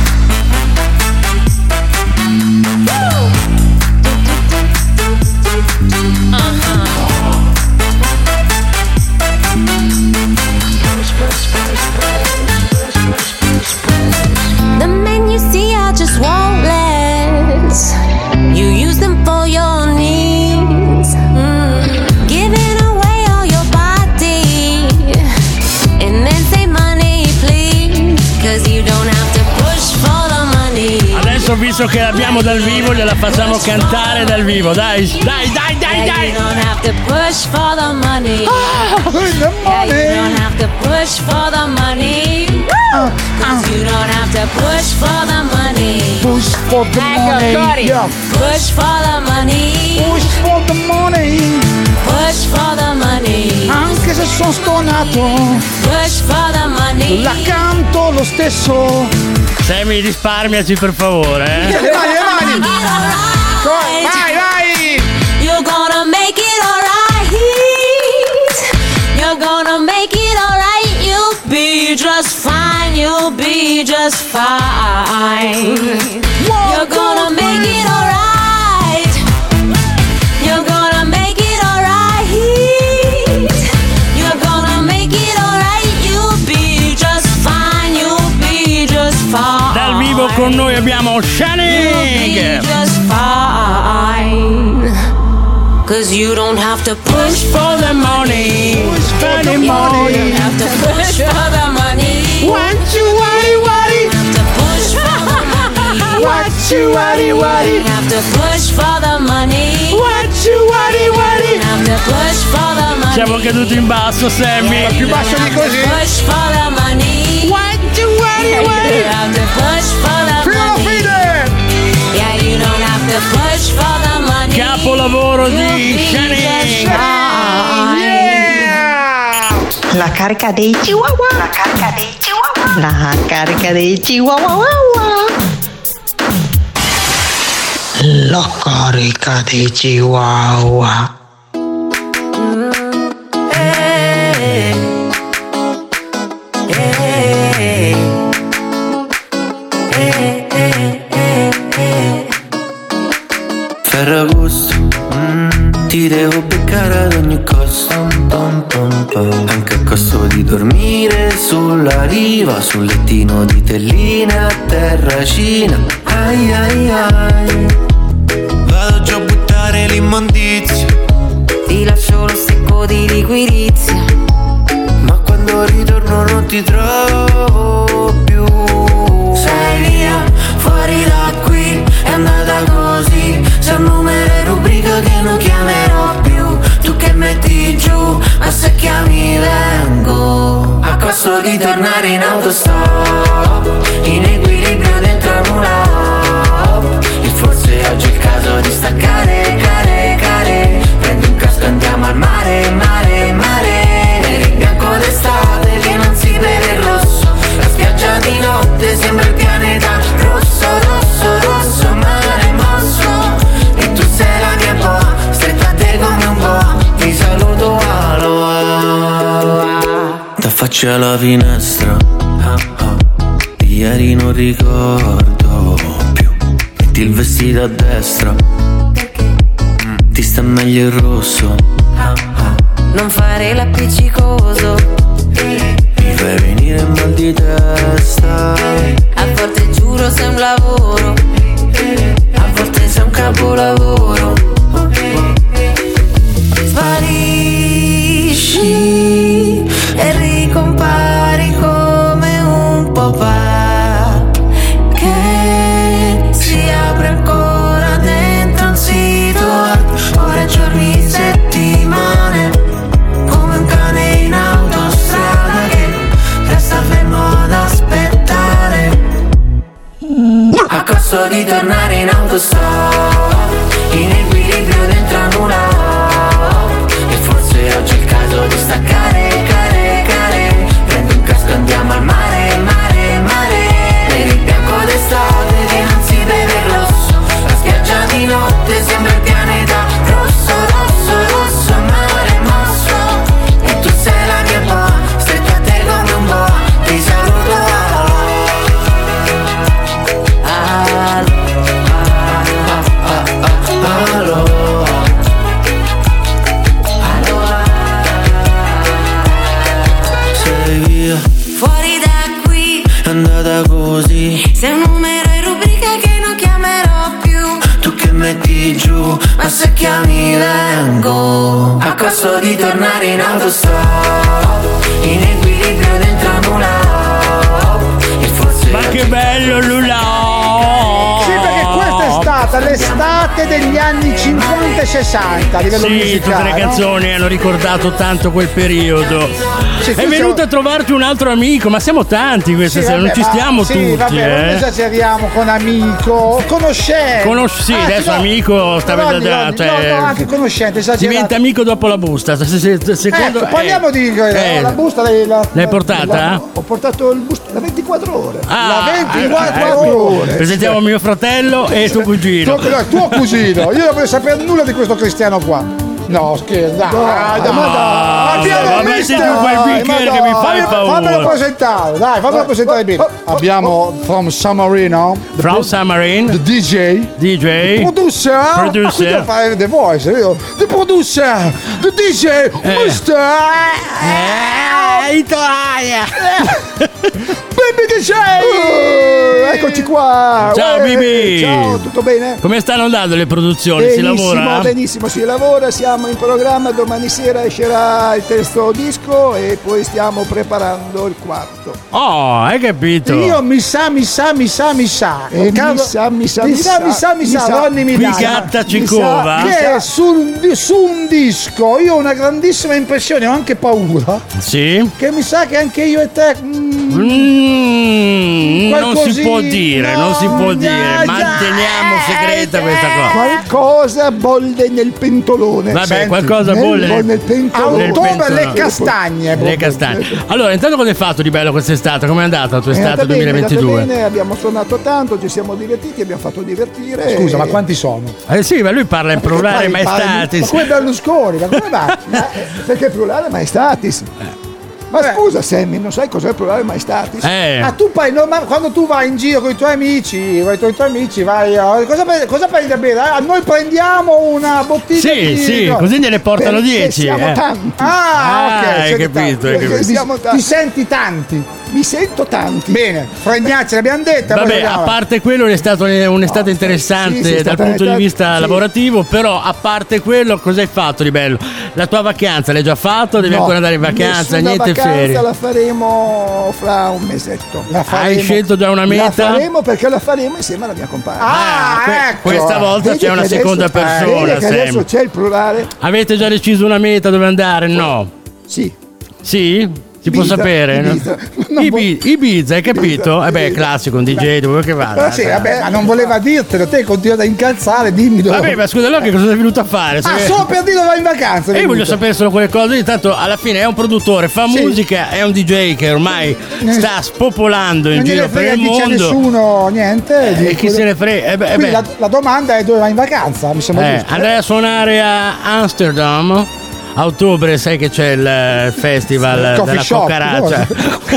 The men you see are just wallless. You use them for your needs. Mm. Giving away all your body. And then say money, please. Cause you don't have to push for the money. Adesso, visto che l'abbiamo dal vivo, gliela facciamo cantare dal vivo. Dai, dai, dai, dai, Yeah, dai. you don't have to push for the money. The Yeah, you don't have to push for the money. Cause you don't have to push for the money. Push for the money. Ecco, Cori. Yeah. Push for the money. Push for the money. Push for the money. Anche se sono stonato, Push for the money. la canto lo stesso. Sammy, risparmiaci per favore, eh. Le mani, le mani. Vai, vai. You're gonna make it alright. You're gonna make it alright. You'll be just fine. You'll be just fine. You're gonna make it alright. You're gonna make it alright. You're gonna make it alright. You'll be just fine. You'll be just fine. Dal vivo con noi abbiamo You'll be Channing. just fine. Cause you don't have to push for the money. Push for the You money. don't have to push for the money. What you worry, worry. You have to push for the money. What you worry, worry. You have to push for the money. What you worry, worry. You have to push for the money. Siamo caduti in basso, Sammy. Più basso di così. Push for the money. What you worry, worry. You have to push for the Fino a money. fine. Yeah, you don't have to push for the money. Capolavoro di You'll be Channing. just fine. Yeah. La carica dei chihuahua. La carica dei chihuahua. La carica dei chihuahua. La carica dei chihuahua. Ferragosto, mm, ti devo beccare ad ogni costo, pom, pom, pom. Anche a costo di dormire sulla riva, sul lettino di telline a terracina. Ai ai ai, vado già a buttare l'immondizia, Ti lascio lo secco di liquirizia. ma quando ritorno non ti trovo più. Sei via, fuori da qui, è andata così. C'è un numero e rubrica che non chiamerò più. Tu che metti giù, ma se chiami vengo. A costo di tornare in autostop, in equilibrio dentro una hop. E forse oggi è il caso di staccare, care, care. Prendi un casco e affacci alla finestra. Ah, ah. Di ieri non ricordo più. Metti il vestito a destra. Mm, ti sta meglio il rosso. Ah, ah. Non fare l'appiccicoso. Mi fai venire mal di testa. A volte giuro sei un lavoro. A volte sei un capolavoro. Sparisci e ricompari come un papà che si apre ancora dentro un sito art. Ore, giorni, settimane, come un cane in autostrada che resta fermo ad aspettare, A costo di tornare in autostop, in equilibrio dentro a nulla. E forse oggi è il caso di staccare, care, care. Prendo un casco e andiamo al mare, mare, mare. Per il bianco d'estate che non si beve il rosso. La spiaggia di notte sembra il pianeta rosso, rosso, rosso. Mare mosso e tu sei la mia boa, stretta a te come un boa. Ti saluto, sei via, fuori da qui. è andata così. Sei un numero in rubrica che non chiamerò più. Tu che metti giù, ma se chiami vengo. A costo di tornare in autostop, in equilibrio dentro a nulla. E forse Ma che bello Lula! Sì, perché questa è stata l'estate degli anni cinquanta e sessanta a livello Sì, musicale. tutte le no? canzoni hanno ricordato tanto quel periodo. Sì, È tu venuto sei- a trovarci un altro amico, ma siamo tanti questa Sì, sera, non vabbè, ci ma- stiamo sì, tutti. vabbè, non eh. esageriamo con amico, conoscente. Conosci- sì, Ah, adesso no, amico sta Ronny, già- Ronny, cioè- no, no, anche conoscente, esagerato. Diventa amico dopo la busta. Se- se- se- secondo- Ecco, parliamo eh, di eh, la busta lei, la, L'hai portata? la- ho portato il busto da ventiquattro ore. Ah, la ventiquattro eh, eh, ore. Presentiamo mio fratello e tuo cugino. Tuo, no, tuo cugino. Io non voglio sapere nulla di questo cristiano qua. No, scherzo, dai, dai, no, ma dai. Abbiamo ma metti visto- tu quel dai, bicchiere ma che mi dai, fai fammi- paura. Fammelo presentare, dai, fammelo presentare bene. Abbiamo from San Marino, the From pro- San Marino, the D J, D J, producer, Producer. Ah, qui devo fare the voice, vero? The producer, the D J, mister Eh, Italia. Baby D J. Uh, eccoci qua. Ciao, Uè, Bibi. Ciao, tutto bene? Come stanno andando le produzioni? Si Benissimo, lavora? benissimo, si lavora, siamo in programma, domani sera escerà il terzo disco e poi stiamo preparando il quarto. Oh, hai capito? Io mi sa, mi sa, mi sa, mi sa. E Cado- mi sa, mi sa, mi mi sa, sa, mi sa, mi mi sa, sa. Ronny mi Qui dai. gatta ci Mi sa cova. Che su un, su un disco io ho una grandissima impressione, ho anche paura. Sì? Che mi sa che anche io e te. mm, Mm, non si qualcosì- può dire, no, non si può già, dire. già, Manteniamo segreta eh, questa cosa. Qualcosa bolle nel pentolone. Vabbè, Senti, qualcosa nel- bolle nel- nel pentolone. nel Ottobre pentolone. le castagne. Le proprio. castagne. Allora, intanto cosa hai fatto di bello quest'estate? Com'è andata la tua È estate andata bene, è andata duemilaventidue? bene, abbiamo suonato tanto, ci siamo divertiti, abbiamo fatto divertire. Scusa, e- ma quanti sono? Eh sì, ma lui parla in plurale Poi parli- maestatis. Ma come Berlusconi, ma come va? Eh, Perché plurale maestatis? Ma scusa Sammy, non sai cos'è il plurale maestatis? Eh. Ma tu poi, no, ma quando tu vai in giro con i tuoi amici, vai con i tuoi amici, vai. oh, cosa, pre- cosa prendi da bere? Ah, noi prendiamo una bottiglia Sì, di. sì, no. così gliene portano Perché dieci. siamo eh. tanti. Ah, ok. Ah, hai siete capito, tanti. hai Perché capito. siamo Ti- tanti. Ti senti tanti. Mi sento tanti. Bene, Fregnacci l'abbiamo detta. poi Vabbè, andiamo a avanti. parte quello è stata un'estate interessante sì, sì, è dal stata punto di un'estate- vista sì. lavorativo, però a parte quello cosa hai fatto di bello? La tua vacanza l'hai già fatto? Devi No, ancora andare in vacanza? nessuna Niente vacanza, ferie? la faremo fra un mesetto. La Hai faremo. scelto già una La meta? faremo perché la faremo insieme alla mia compagna. Ah, que- ecco. questa volta Vedi c'è una che adesso- seconda eh, persona, vedi che adesso Sam. c'è il plurale? Avete già deciso una meta dove andare? No. Sì. Sì? Si può Ibiza, sapere? no? Ibiza. Non Ibi- Ibiza, hai capito? Ibiza, Eh beh, Ibiza. classico, un D J, dove che vada? Ah, sì, vabbè, ma non voleva dirtelo, te continui ad incalzare, dimmi dove. Vabbè, ma scusa, allora che cosa sei venuto a fare? Ah, Se- solo per dire dove vai in vacanza. E io venuto. voglio sapere solo quelle cose, intanto alla fine è un produttore, fa Sì. musica, è un D J che ormai sta spopolando in Non giro gliene per frega il dice a mondo. nessuno niente. di E chi quello- se ne frega? Eh beh, eh Quindi beh. la, la domanda è dove vai in vacanza, mi sembra Eh, giusto. andrai a suonare a Amsterdam? a ottobre sai che c'è il festival Coffee della shop, cucaraccia.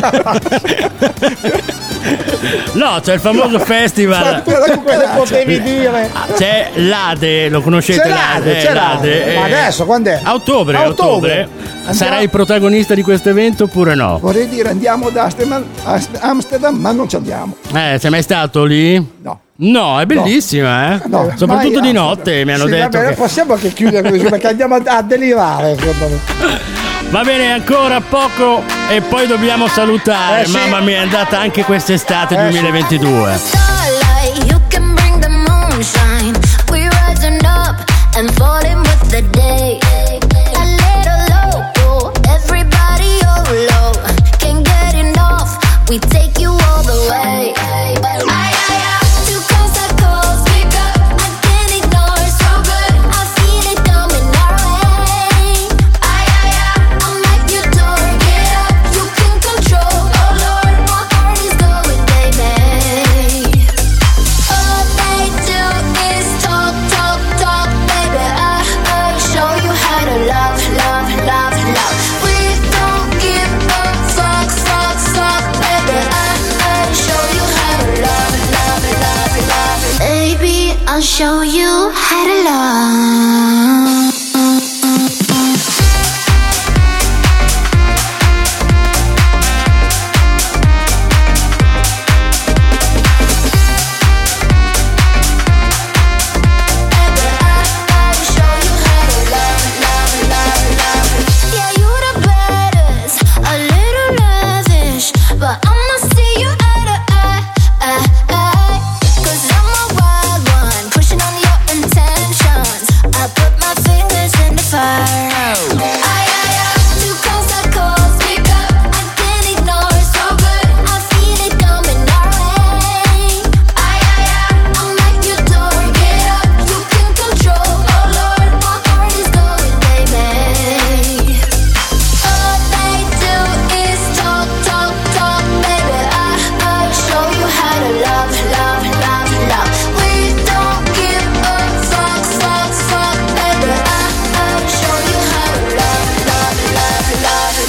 No, c'è il famoso festival. Potevi dire. C'è l'Ade, lo conoscete? C'è l'Ade, Eh, c'è l'Ade. Ma adesso quando è? A ottobre, A a ottobre. ottobre. Sarai il protagonista di questo evento oppure no? Vorrei dire andiamo ad Amsterdam, Amsterdam, ma non ci andiamo. Eh, sei mai stato lì? No. No, è bellissima, eh? No, soprattutto mai di a- notte mi hanno Sì, detto. vabbè, che... possiamo anche chiudere così perché andiamo a, a delirare. secondo me. Va bene, ancora poco e poi dobbiamo salutare. Eh, sì. Mamma mia, è andata anche quest'estate Eh, sì. duemilaventidue. Starlight, you can bring the moonshine. We rising up and falling with the day. A little loco, everybody low. Can't get enough. We take you all the way. Ay, ay, ay. Two coast to coast, wake up. I can't ignore. So good, I feel it coming our way. Ay, ay, ay. I'm at your door. Get up, you can control. Oh Lord, my heart is going, baby. All they do is talk, talk, talk, baby. I, I show you how to love, love, love, love. We don't give a fuck, fuck, fuck, baby. I, I show you how to love, love, love, love. Baby, I'll show you how to love. Yeah, you the baddest, a little lavish, but I'ma see you eye to eye, eye, eye. 'Cause I'm a wild one, pushing on your intentions. I put my fingers in the fire. Ay, ay, ay, two coast to coast, pick up, I can't ignore. So good, I feel it coming our way. Ay, ay, ay, I'm at your door, get up, you can control. Oh Lord, my heart is going, baby. All they do is talk, talk, talk, baby. I, I show you how to love, love, love, love. We don't give a fuck, fuck, fuck, baby. I, I show you how to love, love, love, love.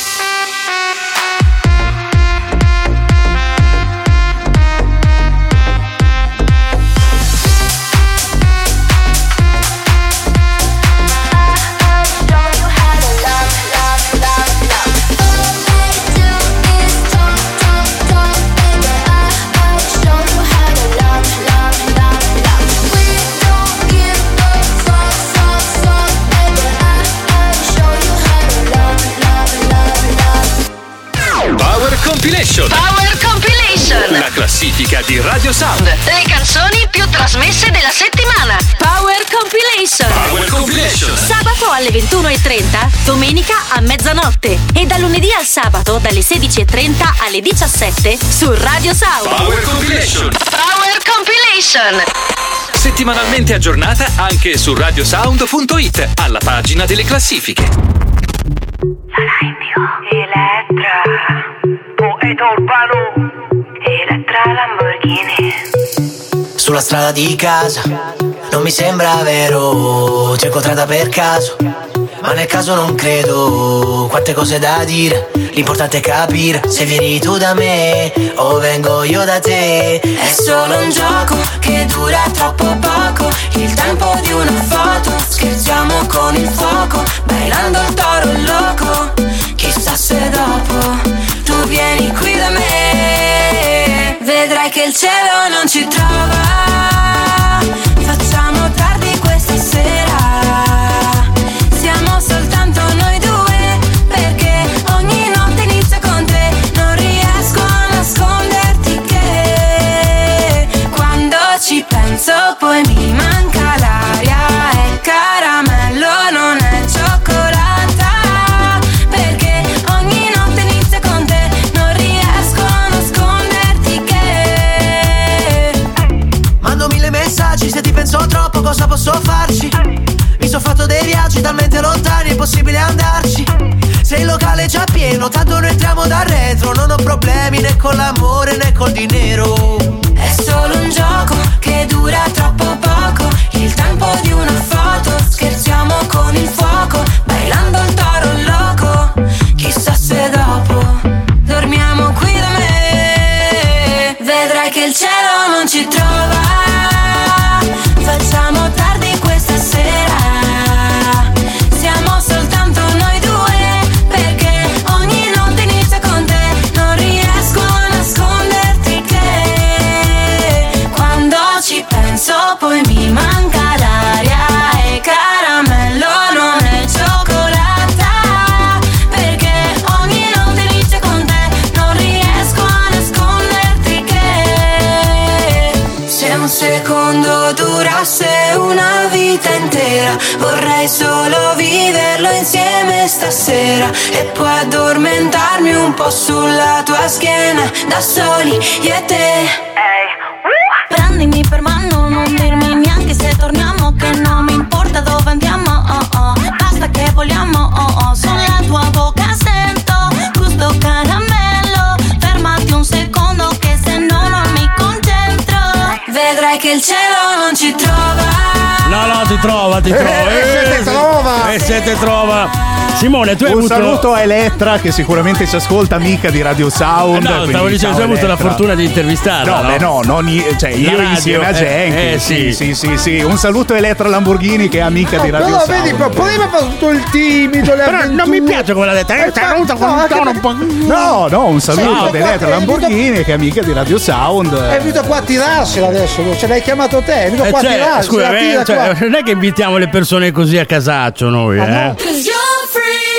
Power Compilation. Power Compilation. La classifica di Radio Sound. Le canzoni più trasmesse della settimana. Power Compilation. Power Compilation. Sabato alle ventuno e trenta, domenica a mezzanotte e da lunedì al sabato dalle sedici e trenta alle diciassette su Radio Sound. Power Compilation. Power Compilation. Settimanalmente aggiornata anche su radiosound punto it, alla pagina delle classifiche. Elettra, poeta urbano, Elettra Lamborghini. Sulla strada di casa, non mi sembra vero, ti ho incontrata per caso, ma nel caso non credo, quante cose da dire, l'importante è capire se vieni tu da me o vengo io da te. È solo un gioco che dura troppo poco, il tempo di una foto, scherziamo con il fuoco, bailando il toro loco, chissà se dopo tu vieni qui da me, vedrai che il cielo non ci trova, facciamo tardi questa sera, siamo soltanto noi due, perché ogni notte inizia con te, non riesco a nasconderti che quando ci penso poi mi manca l'aria, è caramello, non è cioccolata, perché ogni notte inizia con te, non riesco a nasconderti che mando mille messaggi, se ti penso troppo cosa posso farci? Mi sono fatto dei viaggi talmente lontani, è impossibile andarci. Se il locale è già pieno, tanto noi entriamo da retro, non ho problemi né con l'amore né col dinero. È solo un gioco che dura troppo poco, il tempo di una foto, scherziamo con il fuoco, bailando durasse una vita intera. Vorrei solo viverlo insieme stasera e poi addormentarmi un po' sulla tua schiena, da soli io e te. Prendimi per mano, non dirmi neanche se torniamo, che non mi importa dove andiamo, oh oh. Basta che vogliamo, oh oh. Sulla tua bocca sento gusto caramello. Fermati un secondo che se no non mi concentro. Vedrai che il cielo non ci trova. No, no, ti trova, ti trova. E se te trova. E se te trova. Simone, tu hai un avuto... saluto a Elettra che sicuramente ci ascolta, amica di Radio Sound. Eh no, stavo dicendo, tu hai avuto la fortuna di intervistarla. No, no, beh, no, non io, cioè io radio, insieme a eh, Genki. eh, sì, sì. sì, sì, sì. Un saluto a Elettra Lamborghini che è amica No, di Radio però Sound. vedi, prima fa tutto il timido, le Però non mi piace come l'ha detta. Eh, Eh, avuto no, con un anche tono un perché- po'. No, no, un saluto Sì, ad Elettra è venuto- Lamborghini che è amica di Radio Sound. È venuto qua a tirarsela adesso, ce l'hai chiamato te, è venuto Eh, qua a cioè, tirarsela, scusa, la tira eh, cioè, qua. non è che invitiamo le persone così a casaccio noi, eh? no. Cause you're free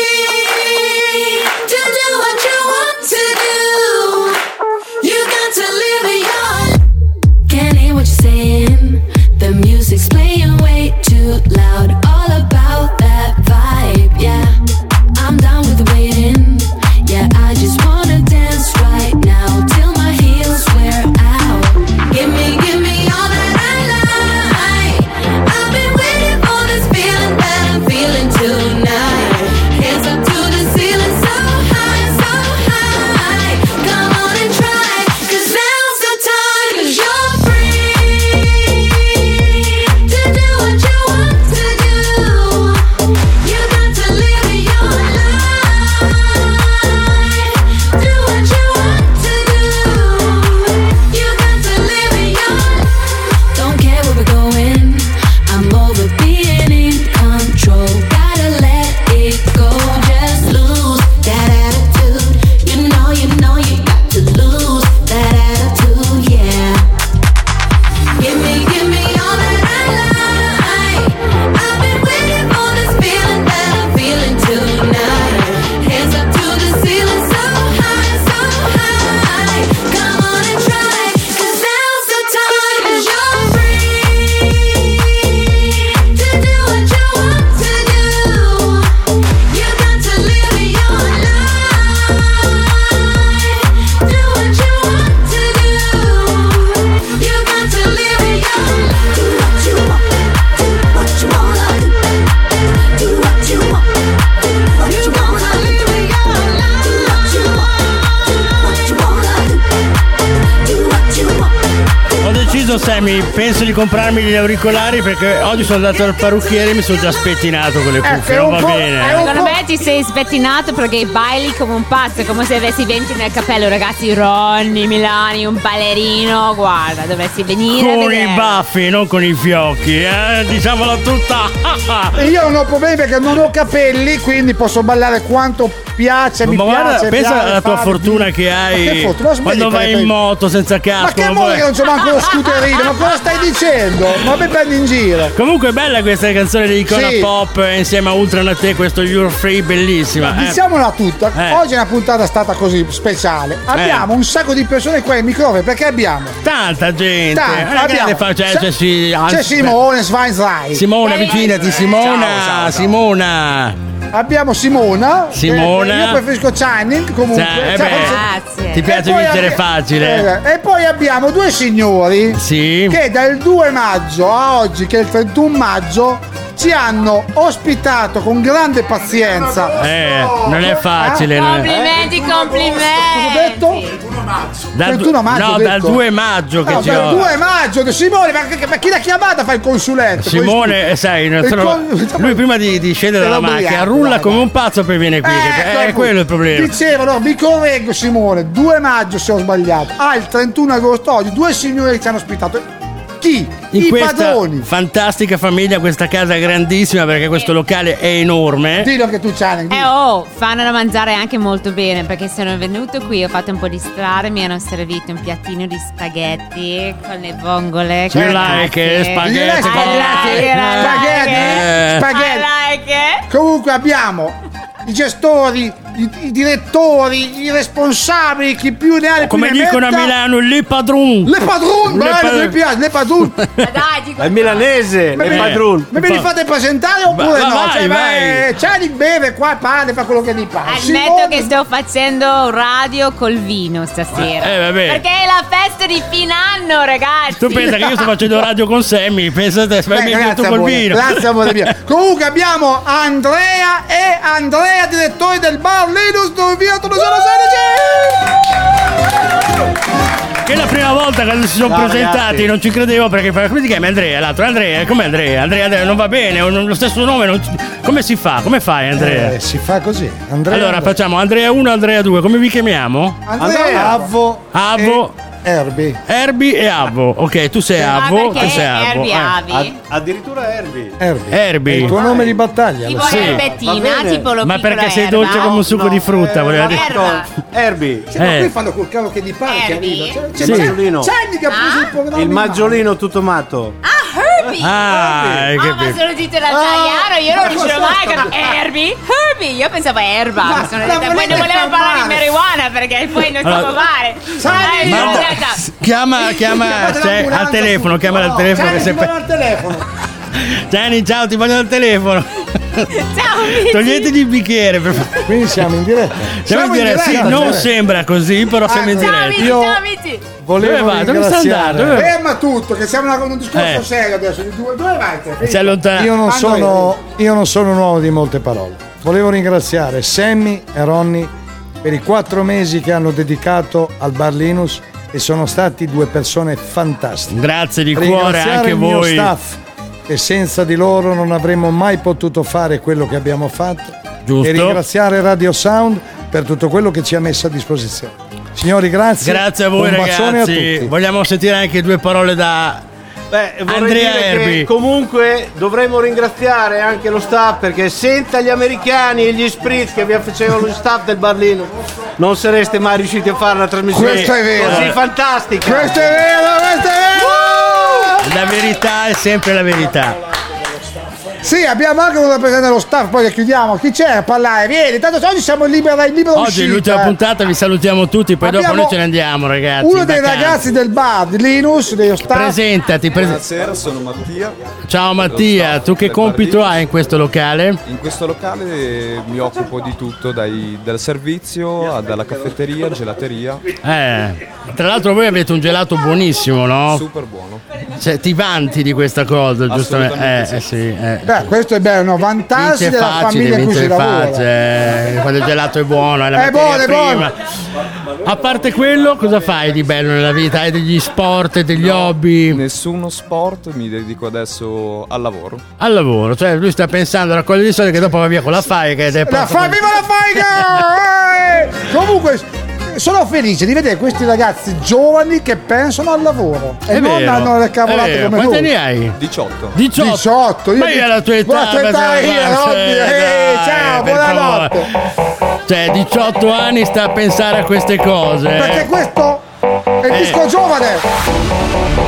to do what you want to do. You got to live your. Can't hear what you're saying. The music's playing way too loud. All about that vibe, yeah. I'm down with the waiting. Yeah, I just wanna dance right now till my heels wear out. Give me, give me all that I like. I've been waiting for this feeling that I'm feeling tonight. Hands up to the ceiling, so high, so high. Come on and try, cause now's the time. Cause you're free to do what you want to do. You got to live your life. Do what you want to do. You got to live your life. Don't care where we're going. I'm over being in control. Gotta let it go. Just lose that attitude. You know, you know, you got to lose that attitude, yeah. Give me, give me all that I like. I've been waiting for this feeling that I'm feeling tonight. Hands up to the ceiling, so high, so high. Come on and try, cause now's the time. Cause you're free to do what you want to do. You got to live your life. Do what you want to do. You got to live your life. Do what you want. Do what you wanna do. Do what you want. Do what you wanna live your life. Do what you want. Do what you wanna do. Do what you want. Ho deciso, Sammy, penso di comprarmi gli auricolari perché oggi sono andato al parrucchiere e mi sono già spettinato con le cuffie, è non un va po'- bene. è un Secondo me ti sei spettinato perché baili come un pazzo, è come se avessi venti nel cappello, ragazzi. Ronny, Milani, un ballerino, guarda, dovresti venire a Con vedere. i baffi, non con i fiocchi, eh? Diciamola tutta. Io non ho problemi perché non ho capelli, quindi posso ballare quanto piace, mi Ma guarda, piace. pensa piace, alla tua fare- fortuna che Ma hai che fortuna? Smetti quando di fare vai quei- in moto senza casco. Ma che non modo puoi- che non c'è manco lo scooterino? Ma cosa stai dicendo? Ma mi prendi in giro? Comunque è bella questa canzone di Icona Sì. Pop eh, insieme a Ultra Nate, questo You're Free, bellissima. eh. Diciamola tutta, Eh. oggi è una puntata stata così speciale. Abbiamo un sacco di persone qua ai microfoni perché abbiamo Tanta gente. Tanta, Eh, grande abbiamo- fa- cioè, Sa- c'è, sì, c'è Simone Schweinzai. Simona, avvicinati, Simona, Ciao, ciao, ciao. Simona. Abbiamo Simona. Simona. che- Io preferisco Channing comunque. Cioè, eh Ciao, beh, ciao. ti piace E poi vincere abbi- facile. Eh, E poi abbiamo due signori Sì. che dal due maggio a oggi, che è il trentuno maggio, ci hanno ospitato con grande pazienza. Eh, non è facile. non è- Complimenti, complimenti. Cosa ho detto? Dal, trentuno maggio, no, ho dal detto. due maggio che No, ci dal ho. due maggio, Simone, ma, che- ma chi l'ha chiamata fa il consulente? Simone, eh, sai, non Il sono- con- lui prima di, di scendere Era dalla macchina ubriaco, rulla dai, come un pazzo poi viene qui. che- Ecco, è ecco. quello il problema. Dicevano, vi correggo Simone, due maggio se ho sbagliato. Ah, il trentuno agosto oggi, due signori che ci hanno ospitato. Chi? In I questa padroni. fantastica famiglia, questa casa grandissima perché questo locale è enorme. Dillo anche tu, Channing. Eh oh, fanno da mangiare anche molto bene perché sono venuto qui, ho fatto un po' di strada, mi hanno servito un piattino di spaghetti con le vongole. You like it, spaghetti con- Spaghetti, Eh. spaghetti. I like it. Comunque abbiamo i gestori i, i direttori, i responsabili, chi più ne ha, come più ne dicono metta. a Milano, le padrun. Le padrun, Le bello, padrun. mi piace, le padrun. È il milanese, Me le me- padrun. Me ve li fate presentare oppure Va- no? vai, Cioè, vai. beh, c'è di bere qua, parla, fa quello che gli pare. Ammetto Simone- che sto facendo radio col vino stasera. Eh, vabbè. Perché è la festa di fine anno, ragazzi. Tu pensa che io sto facendo radio con Sammy, pensate, fai Beh, meglio grazie, tu col amore, vino. grazie amore mio. Comunque abbiamo Andrea e Andrea, direttore del bar Linus dove via tu sono Che è la prima volta che si sono No, presentati, ragazzi. non ci credevo perché fa- come si chiama Andrea? L'altro Andrea, come Andrea? Andrea, Andrea non va bene, o non- lo stesso nome, non ci- come si fa? Come fai Andrea? Eh, si fa così. Andrea, Allora facciamo Andrea uno, Andrea due, come vi chiamiamo? Andrea. Avvo Avo, e Erbi. Erbi e Avvo. Ok, tu sei Ah, Avvo, perché tu sei Avvo. Erbi eh. Avi? Ad- addirittura Erbi. Erbi. Erbi. È il tuo nome di battaglia. Tipo lo sai. Va erbettina, bene. tipo lo Ma piccolo perché sei erba. dolce come un succo di frutta, voleva dire. Erba. Erbi. Sì, ma Eh. qui fanno col cavolo che di pare che Erbi? arriva. C'è, c'è, Sì. c'è, Maggiolino. c'è anni che ha preso il programma. Il in mano. maggiolino tutto matto. Ah, Herbie. Ah, hai Ah, ma capito. se lo dite da italiano io non riuscirò mai a capire. Herbie? Herbie? Io pensavo erba. Ma mi sono la detta, poi volete non volevo far parlare di male? marijuana perché poi non Allora, so fare. sai, Eh, Ma- in realtà- Chiama, chiama Chiamate cioè, al l'ambulanza telefono, subito. chiama al No, telefono che Gianni, sempre. ti voglio al telefono. Gianni, ciao, ti voglio al telefono. Ciao, amici. Toglietegli il bicchiere, per favore. Quindi siamo in diretta. Siamo in diretta, sì, diretta. non sembra così, però siamo in Ciao diretta. amici, Io- ciao amici. Volevo Dove va? Dove sta ringraziare. andando? Dove- Ferma tutto, che siamo in un discorso Eh. serio adesso. Di due, dove vai te? Si allontana. Io non, Quando sono, io non sono un uomo di molte parole. Volevo ringraziare Sammy e Ronny per i quattro mesi che hanno dedicato al Bar Linus e sono stati due persone fantastiche. Grazie di cuore Ringraziare anche il mio voi. staff, che senza di loro non avremmo mai potuto fare quello che abbiamo fatto. Giusto. E ringraziare Radio Sound per tutto quello che ci ha messo a disposizione. Signori, grazie. Grazie a voi Un bacione ragazzi. a tutti. Vogliamo sentire anche due parole da Beh, vorrei Andrea dire Erbi. che comunque dovremmo ringraziare anche lo staff perché senza gli americani e gli spritz che vi facevano lo staff del Barlino non sareste mai riusciti a fare una trasmissione Questo è vero. così fantastica. Questo è vero, questo è vero! La verità è sempre la verità. Sì, abbiamo anche un rappresentante dello staff, poi che chiudiamo. Chi c'è a parlare? Vieni, tanto oggi siamo in libera, in libera Oggi è uscita. l'ultima puntata, vi salutiamo tutti, poi dopo Abbiamo noi ce ne andiamo, ragazzi. Uno in dei vacanza. ragazzi del bar di Linus, dello staff. Presentati, prese- Buonasera, sono Mattia. Ciao Mattia, tu che compito hai in questo locale? In questo locale mi occupo di tutto, dai- dal servizio, dalla caffetteria, gelateria. Eh, tra l'altro voi avete un gelato buonissimo, no? Super buono. Cioè, ti vanti di questa cosa, giustamente? Eh, Assolutamente eh, sì. Eh. Beh, questo è bello, no? Vantarsi Vince della facile, famiglia in cui si vince lavora. facile. Eh, quando il gelato è buono, è la È materia buono, è prima. A parte quello, cosa fai di bello nella vita? Hai degli sport, degli hobby? Nessuno sport, mi dedico adesso al lavoro. Al lavoro, cioè lui sta pensando a raccogliere i soldi che dopo va via con la faica ed è La pronto- fa, viva la faica! Eh! Comunque sono felice di vedere questi ragazzi giovani che pensano al lavoro e È non vero, hanno le è cavolate vero. come Quanti noi. anni hai? diciotto. diciotto. diciotto, io Ma io alla tua età, la tua età ma- io, ma- Robby, cioè, eh, dai, ciao, per buonanotte. favore. Cioè, diciotto anni sta a pensare a queste cose. eh. Perché questo è il Eh. disco giovane.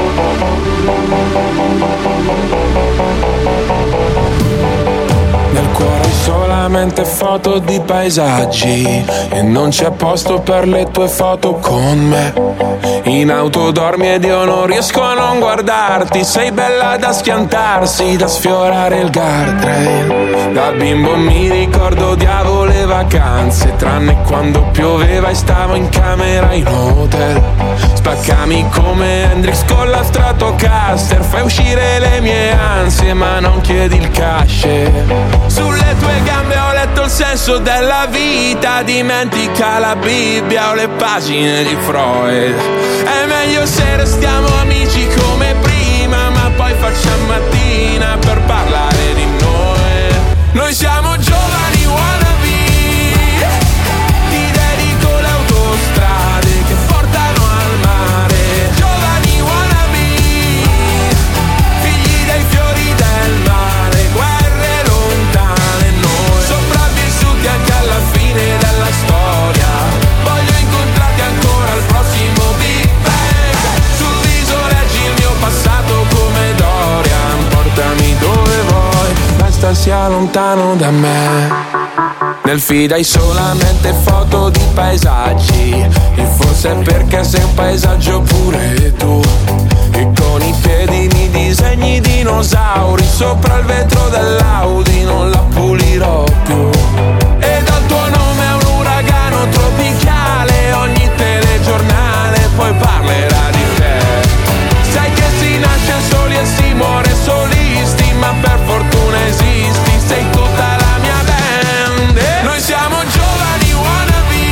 Nel cuore solamente foto di paesaggi e non c'è posto per le tue foto con me. In auto dormi ed io non riesco a non guardarti. Sei bella da schiantarsi, da sfiorare il guardrail. Da bimbo mi ricordo odiavo le vacanze, tranne quando pioveva e stavo in camera in hotel. Spaccami come Hendrix con la Stratocaster, fai uscire le mie ansie ma non chiedi il cash. Sulle tue gambe ho letto il senso della vita, dimentica la Bibbia o le pagine di Freud. È meglio se restiamo amici come prima, ma poi facciamo mattina per parlare di noi. Noi siamo giovani wannabe, ti dedico le autostrade che portano al mare. Giovani wannabe, figli dei fiori del mare, guerre lontane noi, sopravvissuti anche alla fine della storia. Voglio incontrarti ancora al prossimo Big Bang. Sul viso leggi il mio passato come Dorian. Portami dove vuoi, basta sia lontano da me. Nel feed hai solamente foto di paesaggi, e forse è perché sei un paesaggio pure tu. E con i piedi mi disegni dinosauri sopra il vetro dell'Audi, non la pulirò più. E dal tuo nome è un uragano tropicale, ogni telegiornale poi parlerà di te. Sai che si nasce soli e si muore solisti, ma per fortuna esisti, sei tutta la mia band. E noi siamo giovani wannabe,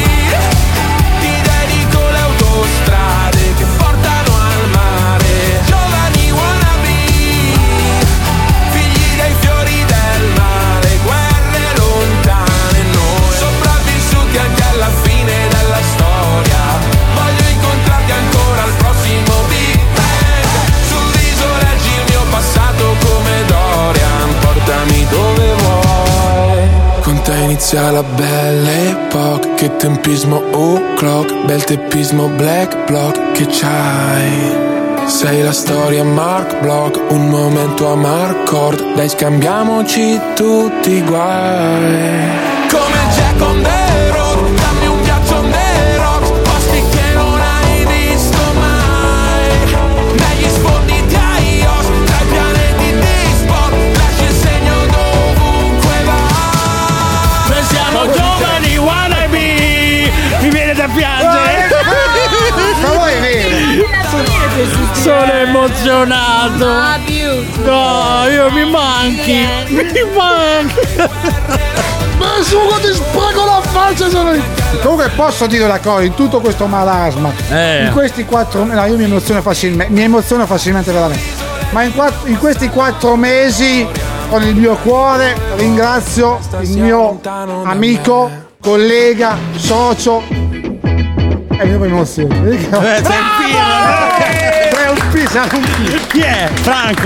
ti dedico le autostrade che portano al mare. Giovani wannabe, figli dei fiori del mare, guerre lontane, noi sopravvissuti anche alla fine della storia. Voglio incontrarti ancora al prossimo Big Bang. Sul viso leggi il mio passato come Dorian, portami dove vuoi. Con te inizia la belle epoca, che tempismo o'clock, bel teppismo black block che c'hai. Sei la storia Mark Block, un momento a Marcord, dai scambiamoci tutti i guai. Come Jack on the road, dammi un ghiaccio on the rocks, posti che non hai visto mai. Negli sfondi di iOS, tra i pianeti di sport, lasci il segno dovunque vai. Noi siamo giovani wannabe, mi viene da piangere. Ma voi è vero? Sono emozionato. Ah, beautiful. No, io mi manchi. Mi manchi. Ma sugo ti spago la faccia, sono... Comunque posso dire una cosa, in tutto questo marasma, Eh. in questi quattro no, io mi emoziono facilmente, mi emoziono facilmente veramente. Ma in, quattro, in questi quattro mesi con il mio cuore ringrazio il mio amico, collega, socio. E io mi emoziono. Eh, sei un È un pizza, un pizza. Chi è? Franco?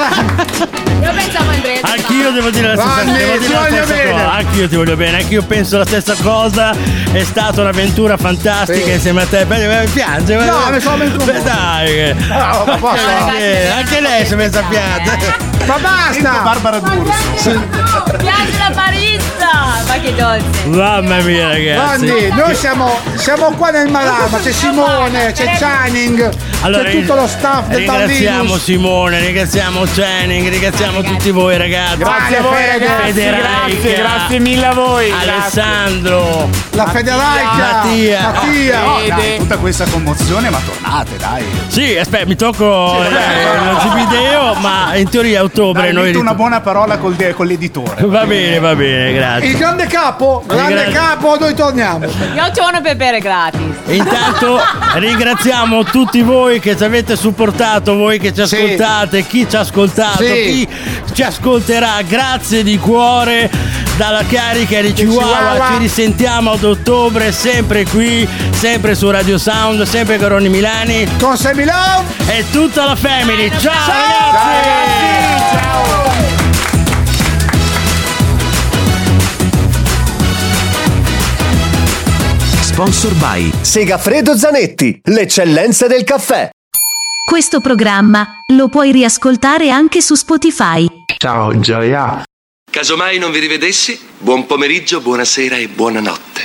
Io pensavo Andrea. Anch'io devo dire la stessa, Vanni, devo ti dire la voglio stessa bene. cosa. Anch'io ti voglio bene, anch'io penso la stessa cosa. È stata un'avventura fantastica Sì. insieme a te. Beh, mi piange. No, beh, mi sono messo- beh, dai. No, ma posso? Eh, anche lei si è messa a piangere. Ma basta! Barbara D'Urso. Piace la barista! Ma che dolce! Mamma mia, ragazzi. Vanni, noi siamo, siamo qua nel marasma, c'è Simone, c'è Channing, Allora, c'è tutto lo staff del ringraziamo Barlinus. Simone, ringraziamo Channing, ringraziamo tutti voi ragazzi. Grazie a voi, ragazzi, Federaica, grazie, grazie mille a voi. Alessandro, La Federaica, Mattia. Mattia. No, dai, tutta questa commozione, ma tornate, dai. Sì, aspetta, mi tocco eh, lo Zibideo, ma in teoria a ottobre Dai, noi metto una rit- buona parola col de- con l'editore. Va bene, va bene, grazie. Il grande capo, grande Ringra- capo, noi torniamo. Io c'ho una pepe gratis. E intanto ringraziamo tutti voi che ci avete supportato, voi che ci Sì. ascoltate, chi ci ha ascoltato, Sì. chi ci ascolterà, grazie di cuore dalla carica di Chihuahua. Chihuahua. Ci risentiamo ad ottobre, sempre qui, sempre su Radio Sound, sempre con Ronny Milani Con Sammy Love e tutta la family. Ciao, Ciao, ragazzi! Ciao. Sponsor by Segafredo Zanetti, l'eccellenza del caffè. Questo programma lo puoi riascoltare anche su Spotify. Ciao Gioia. Casomai non vi rivedessi, buon pomeriggio, buonasera e buonanotte.